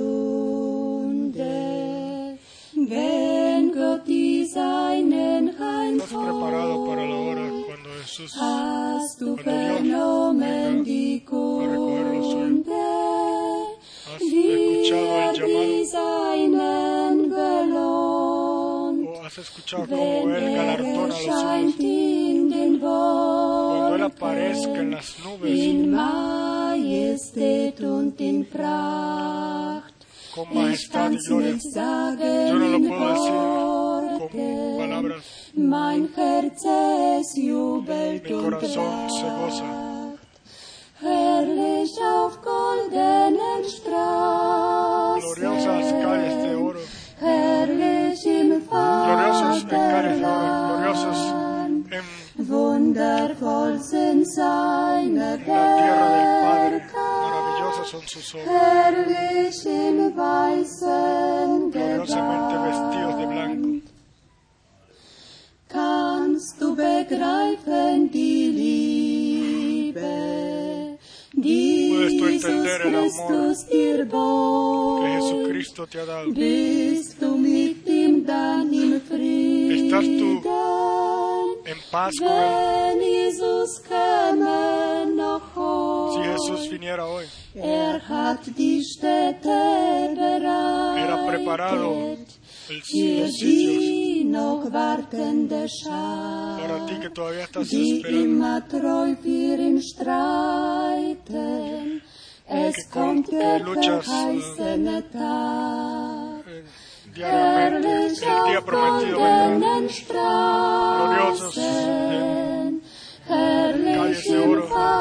Speaker 5: Stunde, wenn Gott die Seinen
Speaker 2: ¿Estás preparado
Speaker 5: reinkommt?
Speaker 2: para la hora cuando Jesús,
Speaker 5: Hast du
Speaker 2: cuando Dios
Speaker 5: vernommen die
Speaker 2: a recoger los suyos?
Speaker 5: Kunde,
Speaker 2: ¿Has
Speaker 5: wie
Speaker 2: escuchado
Speaker 5: er
Speaker 2: el
Speaker 5: die
Speaker 2: llamado?
Speaker 5: Seinen belohnt?
Speaker 2: ¿O has escuchado cómo
Speaker 5: Wenn
Speaker 2: Él
Speaker 5: er
Speaker 2: galardona a los
Speaker 5: erscheint
Speaker 2: suyos?
Speaker 5: in den
Speaker 2: Cuando Él aparezca en
Speaker 5: Wolken,
Speaker 2: las nubes
Speaker 5: in Majestät und in Pracht.
Speaker 2: con
Speaker 5: Ich
Speaker 2: majestad y
Speaker 5: kann's
Speaker 2: gloria.
Speaker 5: nicht sagen
Speaker 2: Yo no lo
Speaker 5: in
Speaker 2: puedo decir con
Speaker 5: Worten.
Speaker 2: palabras.
Speaker 5: Mein Herz es jubelt
Speaker 2: Mi
Speaker 5: und
Speaker 2: corazón se goza.
Speaker 5: lacht. Herrlich auf goldenen
Speaker 2: Gloriosas calles de
Speaker 5: Straßen,
Speaker 2: oro,
Speaker 5: herrlich im
Speaker 2: gloriosos en calles de oro, gloriosos
Speaker 5: Vaterland.
Speaker 2: en
Speaker 5: Wundervoll sind seine
Speaker 2: la tierra del Padre.
Speaker 5: Werke,
Speaker 2: Maravillosas son sus obras,
Speaker 5: herrlich in weißen
Speaker 2: gloriosamente vestidos de blanco.
Speaker 5: Gewand. Kannst du begreifen die Liebe, die
Speaker 2: Puedes tú
Speaker 5: Jesus
Speaker 2: entender el amor
Speaker 5: Christus dir
Speaker 2: que
Speaker 5: bot?
Speaker 2: Jesucristo te ha dado.
Speaker 5: Bist du mit ihm dann im
Speaker 2: ¿Estás tú
Speaker 5: Frieden?
Speaker 2: en paz con Él?
Speaker 5: Wenn Jesus käme noch
Speaker 2: Si
Speaker 5: heute,
Speaker 2: Jesús viniera hoy,
Speaker 5: er hat die Städte
Speaker 2: era preparado
Speaker 5: bereitet,
Speaker 2: el,
Speaker 5: für
Speaker 2: los sitios
Speaker 5: die noch wartende
Speaker 2: para ti
Speaker 5: Schar,
Speaker 2: que todavía estás
Speaker 5: die
Speaker 2: esperando.
Speaker 5: immer treu für ihn streiten. Es
Speaker 2: Que con-
Speaker 5: kommt der
Speaker 2: que luchas,
Speaker 5: verheißene Tag.
Speaker 2: Eh, diariamente,
Speaker 5: Herrlich
Speaker 2: el día
Speaker 5: auf
Speaker 2: prometido vendrá.
Speaker 5: goldenen
Speaker 2: Gloriosos
Speaker 5: Straßen, herrlich
Speaker 2: calles de
Speaker 5: im
Speaker 2: oro,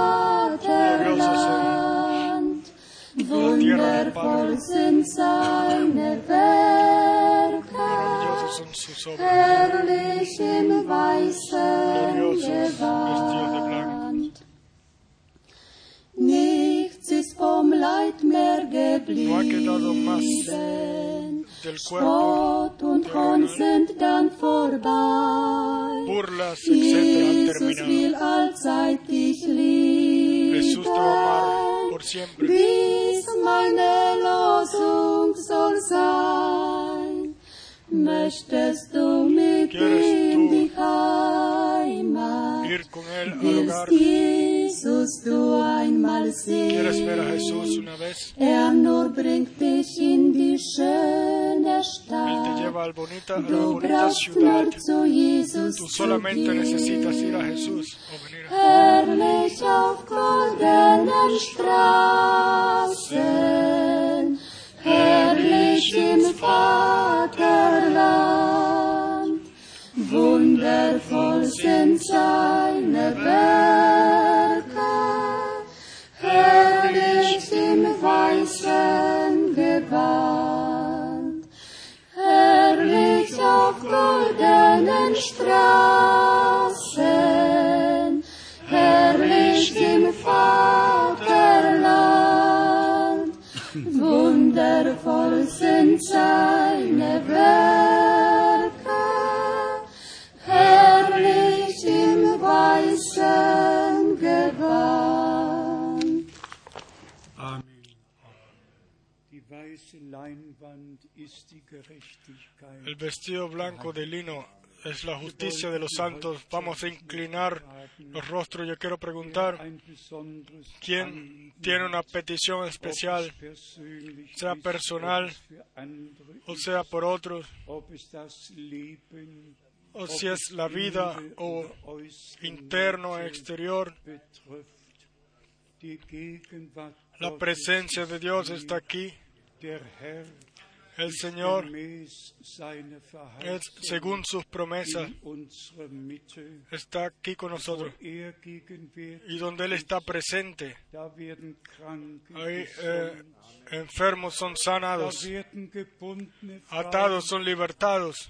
Speaker 5: Vaterland.
Speaker 2: la tierra del
Speaker 5: Wundervoll
Speaker 2: Padre.
Speaker 5: sind seine Werke,
Speaker 2: Maravillosos son sus obras,
Speaker 5: herrlich im weißen
Speaker 2: gloriosos vestidos de blanco.
Speaker 5: Gewand. Nichts ist vom Leid mehr
Speaker 2: No ha quedado más
Speaker 5: geblieben.
Speaker 2: del cuerpo,
Speaker 5: Spott und Hohn sind dann vorbei.
Speaker 2: burlas, etcétera, han
Speaker 5: Jesus
Speaker 2: terminado.
Speaker 5: will allzeit dich
Speaker 2: Jesús te va a amar
Speaker 5: lieben,
Speaker 2: por siempre.
Speaker 5: dies meine Losung soll sein. Möchtest du mit
Speaker 2: ¿Quieres
Speaker 5: ihm
Speaker 2: tú
Speaker 5: die Heimat,
Speaker 2: Ir con Él al
Speaker 5: willst
Speaker 2: hogar.
Speaker 5: Jesus du einmal
Speaker 2: ¿Quieres ver a
Speaker 5: sehen?
Speaker 2: Jesús una vez?
Speaker 5: Er nur bringt dich in die schöne
Speaker 2: Él te
Speaker 5: Stadt.
Speaker 2: lleva al bonita, a la
Speaker 5: Du
Speaker 2: bonita
Speaker 5: brauchst
Speaker 2: ciudad.
Speaker 5: nur zu Jesus
Speaker 2: Tú
Speaker 5: zu
Speaker 2: solamente necesitas ir a
Speaker 5: gehen.
Speaker 2: Jesús o venir a
Speaker 5: Herrlich auf goldenen Straßen, herrlich im Vaterland. Wundervoll sind seine Werke, herrlich im weißen Gewand. Herrlich auf goldenen Straßen, herrlich im Vaterland.
Speaker 2: El vestido blanco de lino es la justicia de los santos. Vamos a inclinar los rostros. Yo quiero preguntar, ¿quién tiene una petición especial, sea personal o sea por otros, o si es la vida o interno o exterior? La presencia de Dios está aquí. El Señor, es, según sus promesas, está aquí con nosotros. Y donde Él está presente, ahí eh, enfermos son sanados, atados son libertados,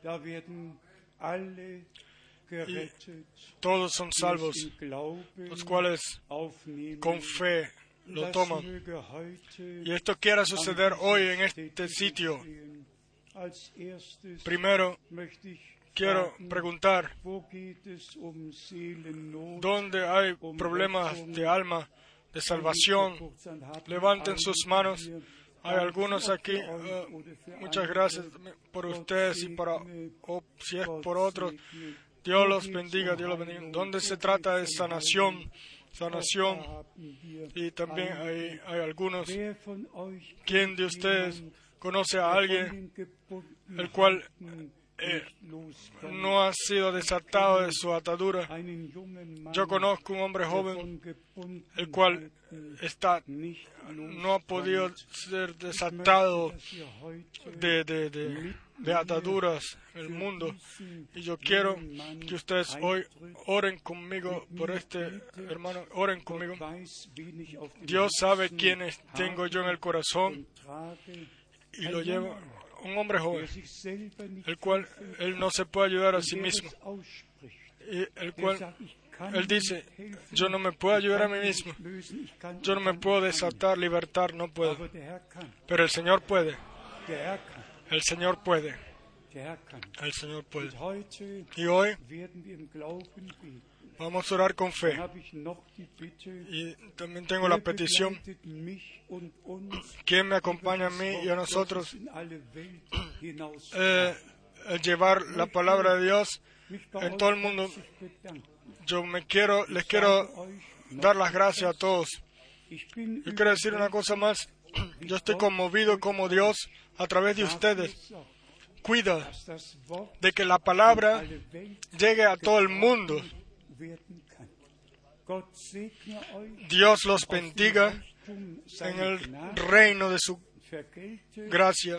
Speaker 2: y todos son salvos, los cuales con fe lo toman. Y esto quiera suceder hoy en este sitio. Primero, quiero preguntar, ¿dónde hay problemas de alma, de salvación? Levanten sus manos. Hay algunos aquí. Uh, muchas gracias por ustedes y para, o si es por otros. Dios los bendiga, Dios los bendiga. ¿Dónde se trata de sanación? Sanación. Y también hay, hay algunos. ¿Quién de ustedes conoce a alguien el cual eh, no ha sido desatado de su atadura? Yo conozco un hombre joven el cual está no ha podido ser desatado de, de, de, de ataduras en el mundo. Y yo quiero que ustedes hoy oren conmigo por este hermano, oren conmigo. Dios sabe quiénes tengo yo en el corazón y lo llevo. Un hombre joven, el cual él no se puede ayudar a sí mismo, y el cual él dice, yo no me puedo ayudar a mí mismo, yo no me puedo desatar, libertar, no puedo, pero el Señor puede, el Señor puede, el Señor puede. Y hoy vamos a orar con fe. Y también tengo la petición. ¿Quién me acompaña a mí y a nosotros? Eh, llevar la palabra de Dios en todo el mundo. Yo me quiero, les quiero dar las gracias a todos. Yo quiero decir una cosa más. Yo estoy conmovido como Dios, a través de ustedes, cuida de que la palabra llegue a todo el mundo. Dios los bendiga en el reino de su gracia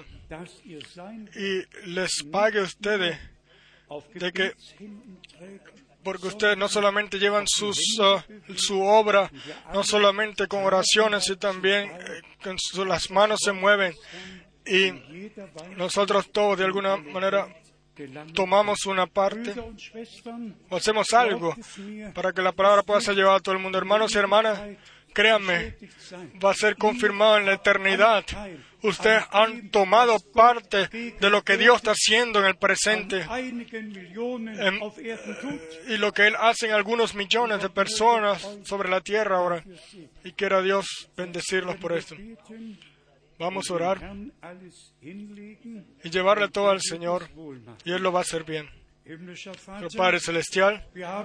Speaker 2: y les pague a ustedes de que, porque ustedes no solamente llevan sus, uh, su obra, no solamente con oraciones, sino también eh, con su, las manos se mueven, y nosotros todos de alguna manera tomamos una parte o hacemos algo para que la palabra pueda ser llevada a todo el mundo. Hermanos y hermanas, créanme, va a ser confirmado en la eternidad. Ustedes han tomado parte de lo que Dios está haciendo en el presente, en, y lo que Él hace en algunos millones de personas sobre la tierra ahora, y quiera Dios bendecirlos por esto. Vamos a orar y llevarle todo al Señor, y Él lo va a hacer bien. Nuestro Padre Celestial,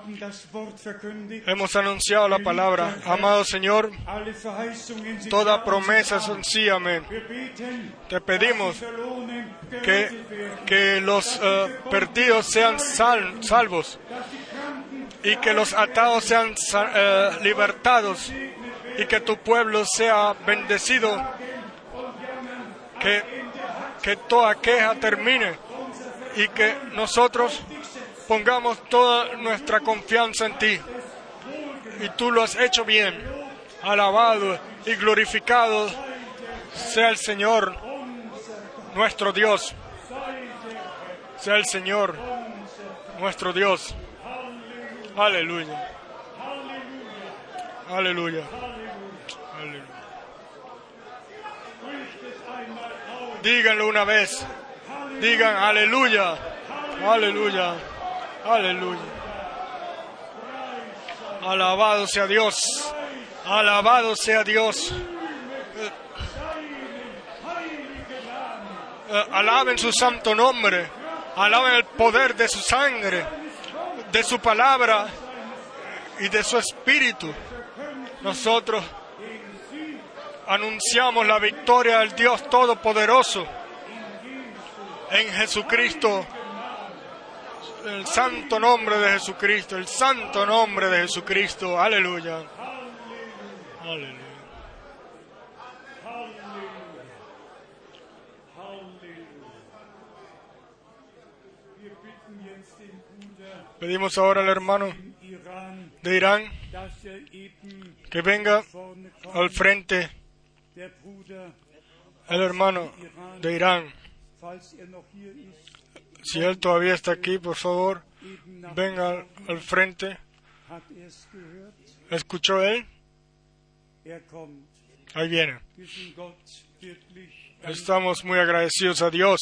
Speaker 2: hemos anunciado la palabra. Amado Señor, toda promesa son sí, amén. Te pedimos que, que los uh, perdidos sean sal, salvos y que los atados sean uh, libertados y que tu pueblo sea bendecido. Que, que toda queja termine y que nosotros pongamos toda nuestra confianza en ti. Y tú lo has hecho bien. Alabado y glorificado sea el Señor, nuestro Dios. Sea el Señor, nuestro Dios. Aleluya. Aleluya. Aleluya. Díganlo una vez. Digan aleluya. Aleluya. Aleluya. Alabado sea Dios. Alabado sea Dios. uh, alaben su santo nombre, alaben el poder de su sangre, de su palabra y de su espíritu. Nosotros anunciamos la victoria del Dios Todopoderoso en Jesucristo, el santo nombre de Jesucristo, el santo nombre de Jesucristo. Aleluya. Aleluya. Pedimos ahora al hermano de Irán que venga al frente. El hermano de Irán, si él todavía está aquí, por favor, venga al, al frente. ¿Escuchó él? Ahí viene. Estamos muy agradecidos a Dios.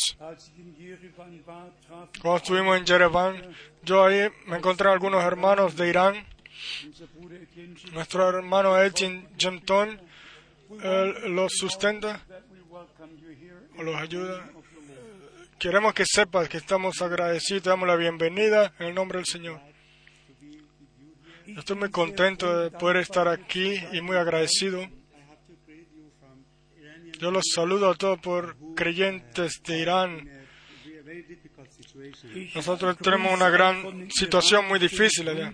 Speaker 2: Cuando estuvimos en Yerevan, yo ahí me encontré algunos hermanos de Irán. Nuestro hermano Etienne Jenton él los sustenta o los ayuda. Queremos que sepas que estamos agradecidos, te damos la bienvenida en el nombre del Señor. Estoy muy contento de poder estar aquí y muy agradecido. Yo los saludo a todos por creyentes de Irán. Nosotros tenemos una gran situación muy difícil allá.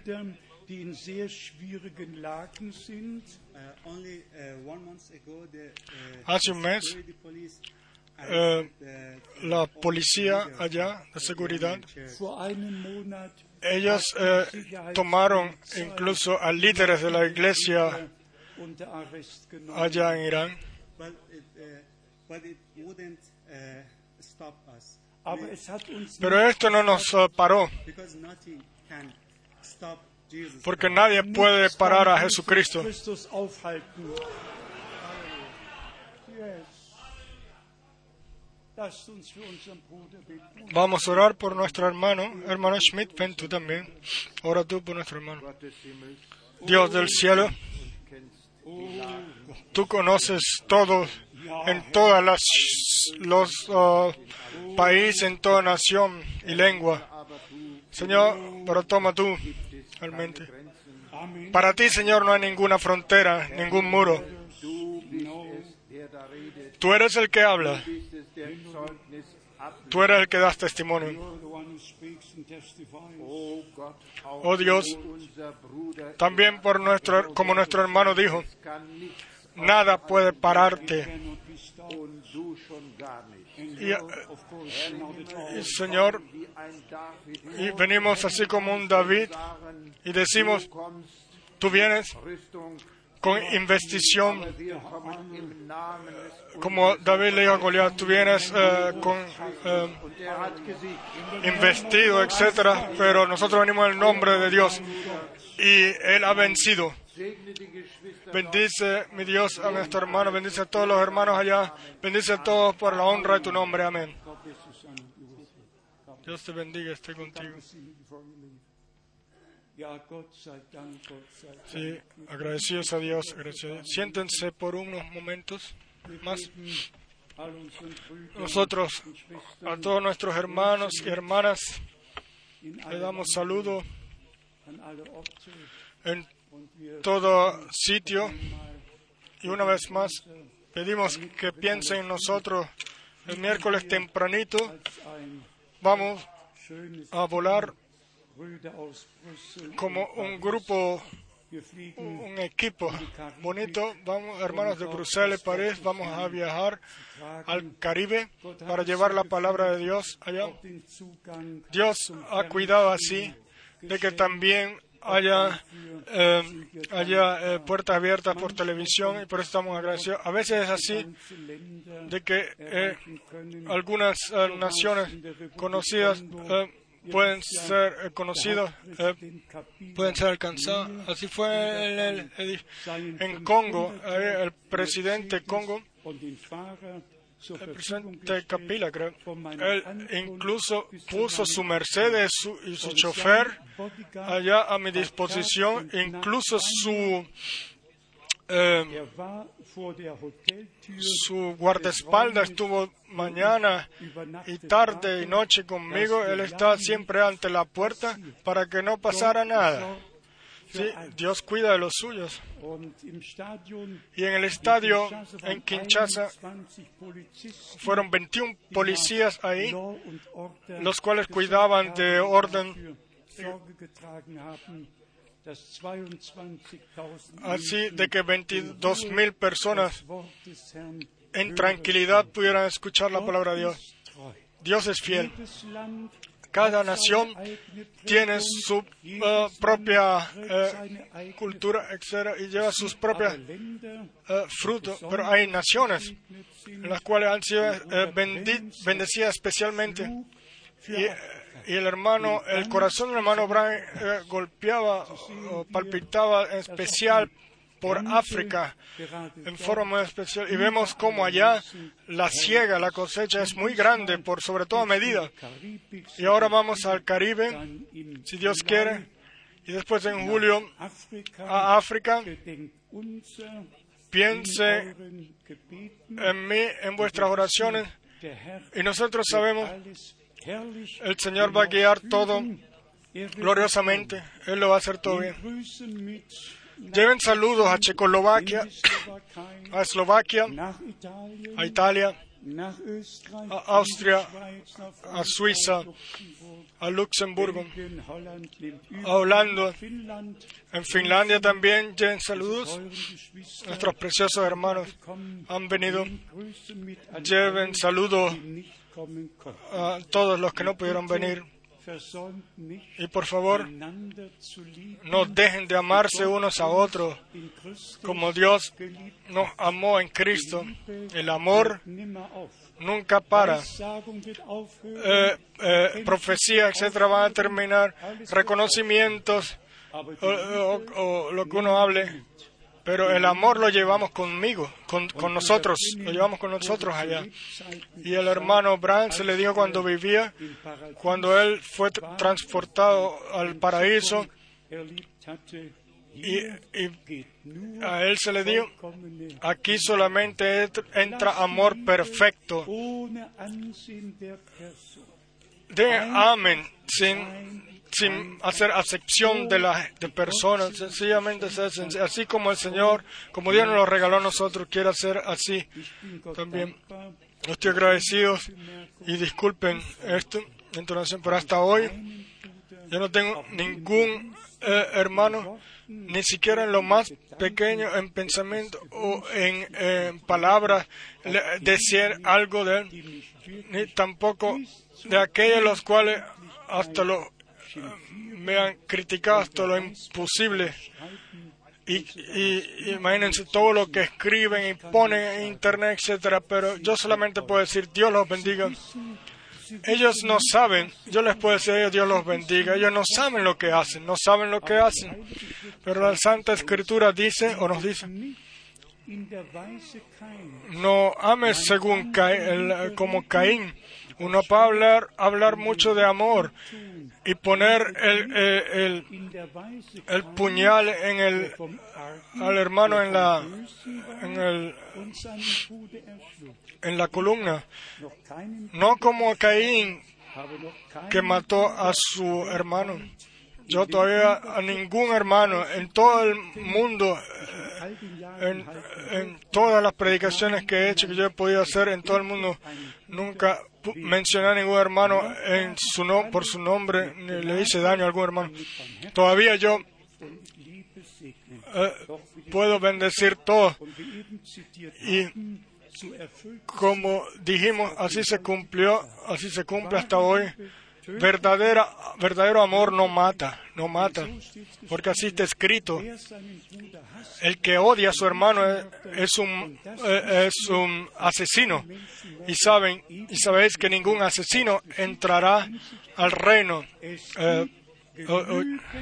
Speaker 2: Hace un mes, eh, la policía allá de seguridad, ellos eh, tomaron incluso a líderes de la iglesia allá en Irán. Pero esto no nos uh, paró, porque nadie puede parar a Jesucristo. Vamos a orar por nuestro hermano, hermano Schmidt, ven tú también. Ora tú por nuestro hermano. Dios del cielo, tú conoces todo, en todas las los uh, países, en toda nación y lengua. Señor, pero toma tú realmente. Para ti, Señor, no hay ninguna frontera, ningún muro. Tú eres el que habla. Tú eres el que das testimonio. Oh Dios, también por nuestro, como nuestro hermano dijo, nada puede pararte. Y, y Señor, y venimos así como un David y decimos, tú vienes con investición, como David le dijo a Goliat, tú vienes eh, con eh, investido, etcétera, pero nosotros venimos en el nombre de Dios y Él ha vencido. Bendice, mi Dios, a nuestro hermano, bendice a todos los hermanos allá, bendice a todos por la honra de tu nombre, amén. Dios te bendiga, estoy contigo. Sí, agradecidos a Dios, agradecidos. Siéntense por unos momentos más. Nosotros, a todos nuestros hermanos y hermanas, le damos saludo en todo sitio y una vez más pedimos que piensen en nosotros. El miércoles tempranito vamos a volar como un grupo, un equipo bonito. Vamos, hermanos de Bruselas, París, vamos a viajar al Caribe para llevar la palabra de Dios allá. Dios ha cuidado así de que también haya, eh, haya eh, puertas abiertas por televisión y por eso estamos agradecidos. A veces es así de que eh, algunas eh, naciones conocidas eh, pueden ser eh, conocidos, eh, pueden ser alcanzados. Así fue en, el, el, en Congo, eh, el presidente Congo, el presidente Kabila, creo, él incluso puso su Mercedes su, y su chofer allá a mi disposición, incluso su eh, su guardaespaldas estuvo mañana y tarde y noche conmigo. Él está siempre ante la puerta para que no pasara nada. Sí, Dios cuida de los suyos. Y en el estadio en Kinshasa fueron veintiún policías ahí, los cuales cuidaban de orden. Así de que veintidós mil personas en tranquilidad pudieran escuchar la palabra de Dios. Dios es fiel. Cada nación tiene su uh, propia uh, cultura, etcétera, y lleva sus propios uh, frutos. Pero hay naciones en las cuales han sido uh, bendi- bendecidas especialmente. Y, y el hermano, el corazón del hermano Brian uh, golpeaba o palpitaba en especial por África, en forma muy especial, y vemos cómo allá la siega, la cosecha es muy grande, por sobre toda medida. Y ahora vamos al Caribe, si Dios quiere, y después en julio a África. Piense en mí, en vuestras oraciones, y nosotros sabemos, el Señor va a guiar todo gloriosamente, Él lo va a hacer todo bien. Lleven saludos a Checoslovaquia, a Eslovaquia, a Italia, a Austria, a Suiza, a Luxemburgo, a Holanda, en Finlandia también. Lleven saludos. Nuestros preciosos hermanos han venido. Lleven saludos a todos los que no pudieron venir. Y por favor, no dejen de amarse unos a otros como Dios nos amó en Cristo. El amor nunca para. Eh, eh, profecías, etcétera, van a terminar. Reconocimientos o, o, o lo que uno hable. Pero el amor lo llevamos conmigo, con, con nosotros, lo llevamos con nosotros allá. Y el hermano Branham se le dijo cuando vivía, cuando él fue transportado al paraíso, y, y a él se le dijo, aquí solamente entra amor perfecto. De amén, sin... sin hacer acepción de las de personas, sencillamente así como el Señor, como Dios nos lo regaló a nosotros, quiere hacer así también. Estoy agradecido y disculpen esto, entonación, pero hasta hoy yo no tengo ningún eh, hermano, ni siquiera en lo más pequeño, en pensamiento o en, eh, en palabras, decir algo de él, ni tampoco de aquellos los cuales hasta lo me han criticado hasta lo imposible. Y, y imagínense todo lo que escriben y ponen en internet, etcétera. Pero yo solamente puedo decir, Dios los bendiga. Ellos no saben, yo les puedo decir a ellos, Dios los bendiga. Ellos no saben lo que hacen, no saben lo que hacen. Pero la Santa Escritura dice, o nos dice, no ames según Caín, como Caín. Uno puede hablar, hablar mucho de amor y poner el, el, el, el puñal en el, al hermano en la, en el, en la columna. No como Caín, que mató a su hermano. Yo todavía a ningún hermano en todo el mundo, en, en todas las predicaciones que he hecho, que yo he podido hacer en todo el mundo, nunca mencioné a ningún hermano en su no, por su nombre, ni le hice daño a algún hermano. Todavía yo eh, puedo bendecir todo. Y como dijimos, así se cumplió, así se cumple hasta hoy. Verdadera, verdadero amor no mata, no mata, porque así está escrito. El que odia a su hermano es, es un es un asesino. Y saben, y sabéis que ningún asesino entrará al reino. Eh, uh, uh,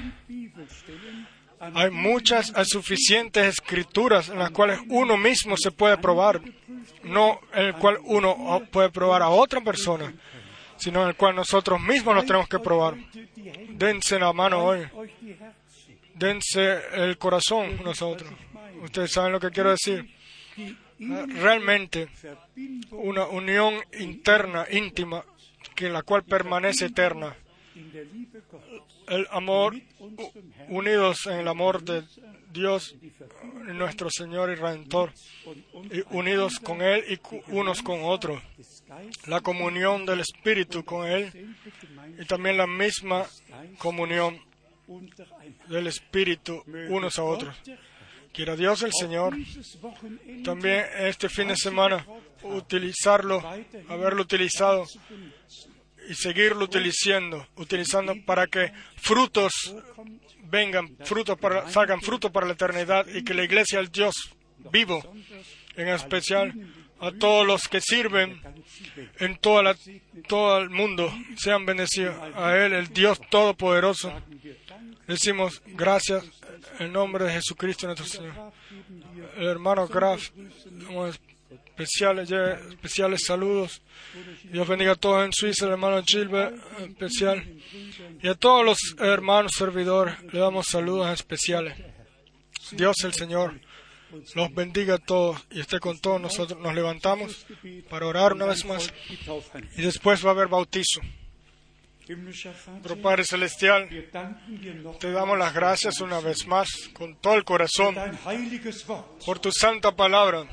Speaker 2: hay muchas, hay suficientes escrituras en las cuales uno mismo se puede probar, no en el cual uno puede probar a otra persona, sino en el cual nosotros mismos nos tenemos que probar. Dense la mano hoy. Dense el corazón nosotros. Ustedes saben lo que quiero decir. Realmente, una unión interna, íntima, que la cual permanece eterna. El amor, unidos en el amor de Dios, nuestro Señor y Redentor, y unidos con Él y unos con otros. La comunión del Espíritu con Él y también la misma comunión del Espíritu unos a otros. Quiera Dios el Señor también este fin de semana utilizarlo, haberlo utilizado y seguirlo utilizando, utilizando para que frutos vengan, frutos para, salgan frutos para la eternidad y que la iglesia del Dios vivo, en especial a todos los que sirven en toda la, todo el mundo, sean bendecidos. A Él, el Dios Todopoderoso, decimos gracias en nombre de Jesucristo nuestro Señor. El hermano Graf, especiales, especiales saludos. Dios bendiga a todos en Suiza, el hermano Gilbert, especial. Y a todos los hermanos servidores le damos saludos especiales. Dios el Señor los bendiga a todos y esté con todos nosotros. Nos levantamos para orar una vez más y después va a haber bautizo. Nuestro Padre Celestial, te damos las gracias una vez más con todo el corazón por tu santa palabra.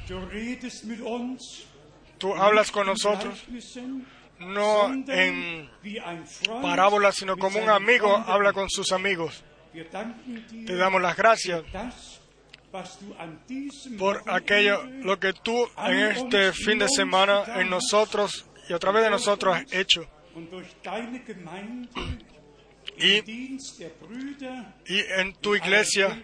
Speaker 2: Tú hablas con nosotros no en parábolas, sino como un amigo habla con sus amigos. Te damos las gracias por aquello, lo que tú en este fin de semana en nosotros y a través de nosotros has hecho. Y, y en tu iglesia,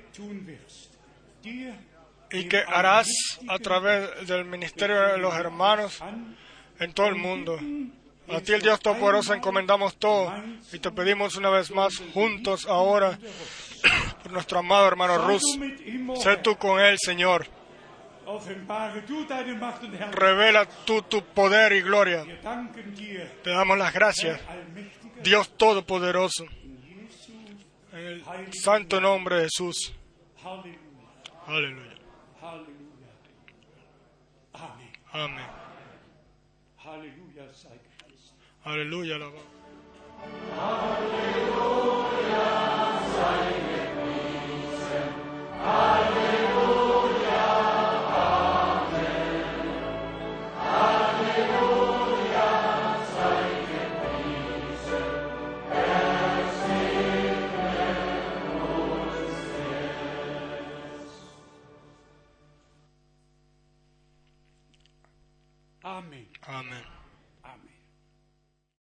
Speaker 2: y que harás a través del ministerio de los hermanos en todo el mundo. A ti, el Dios Todopoderoso, encomendamos todo y te pedimos una vez más, juntos ahora, por nuestro amado hermano Rus. Sé tú con él, Señor. Revela tú tu poder y gloria. Te damos las gracias, Dios Todopoderoso, en el santo nombre de Jesús. Aleluya. Amén. Aleluya. Aleluya. Amén.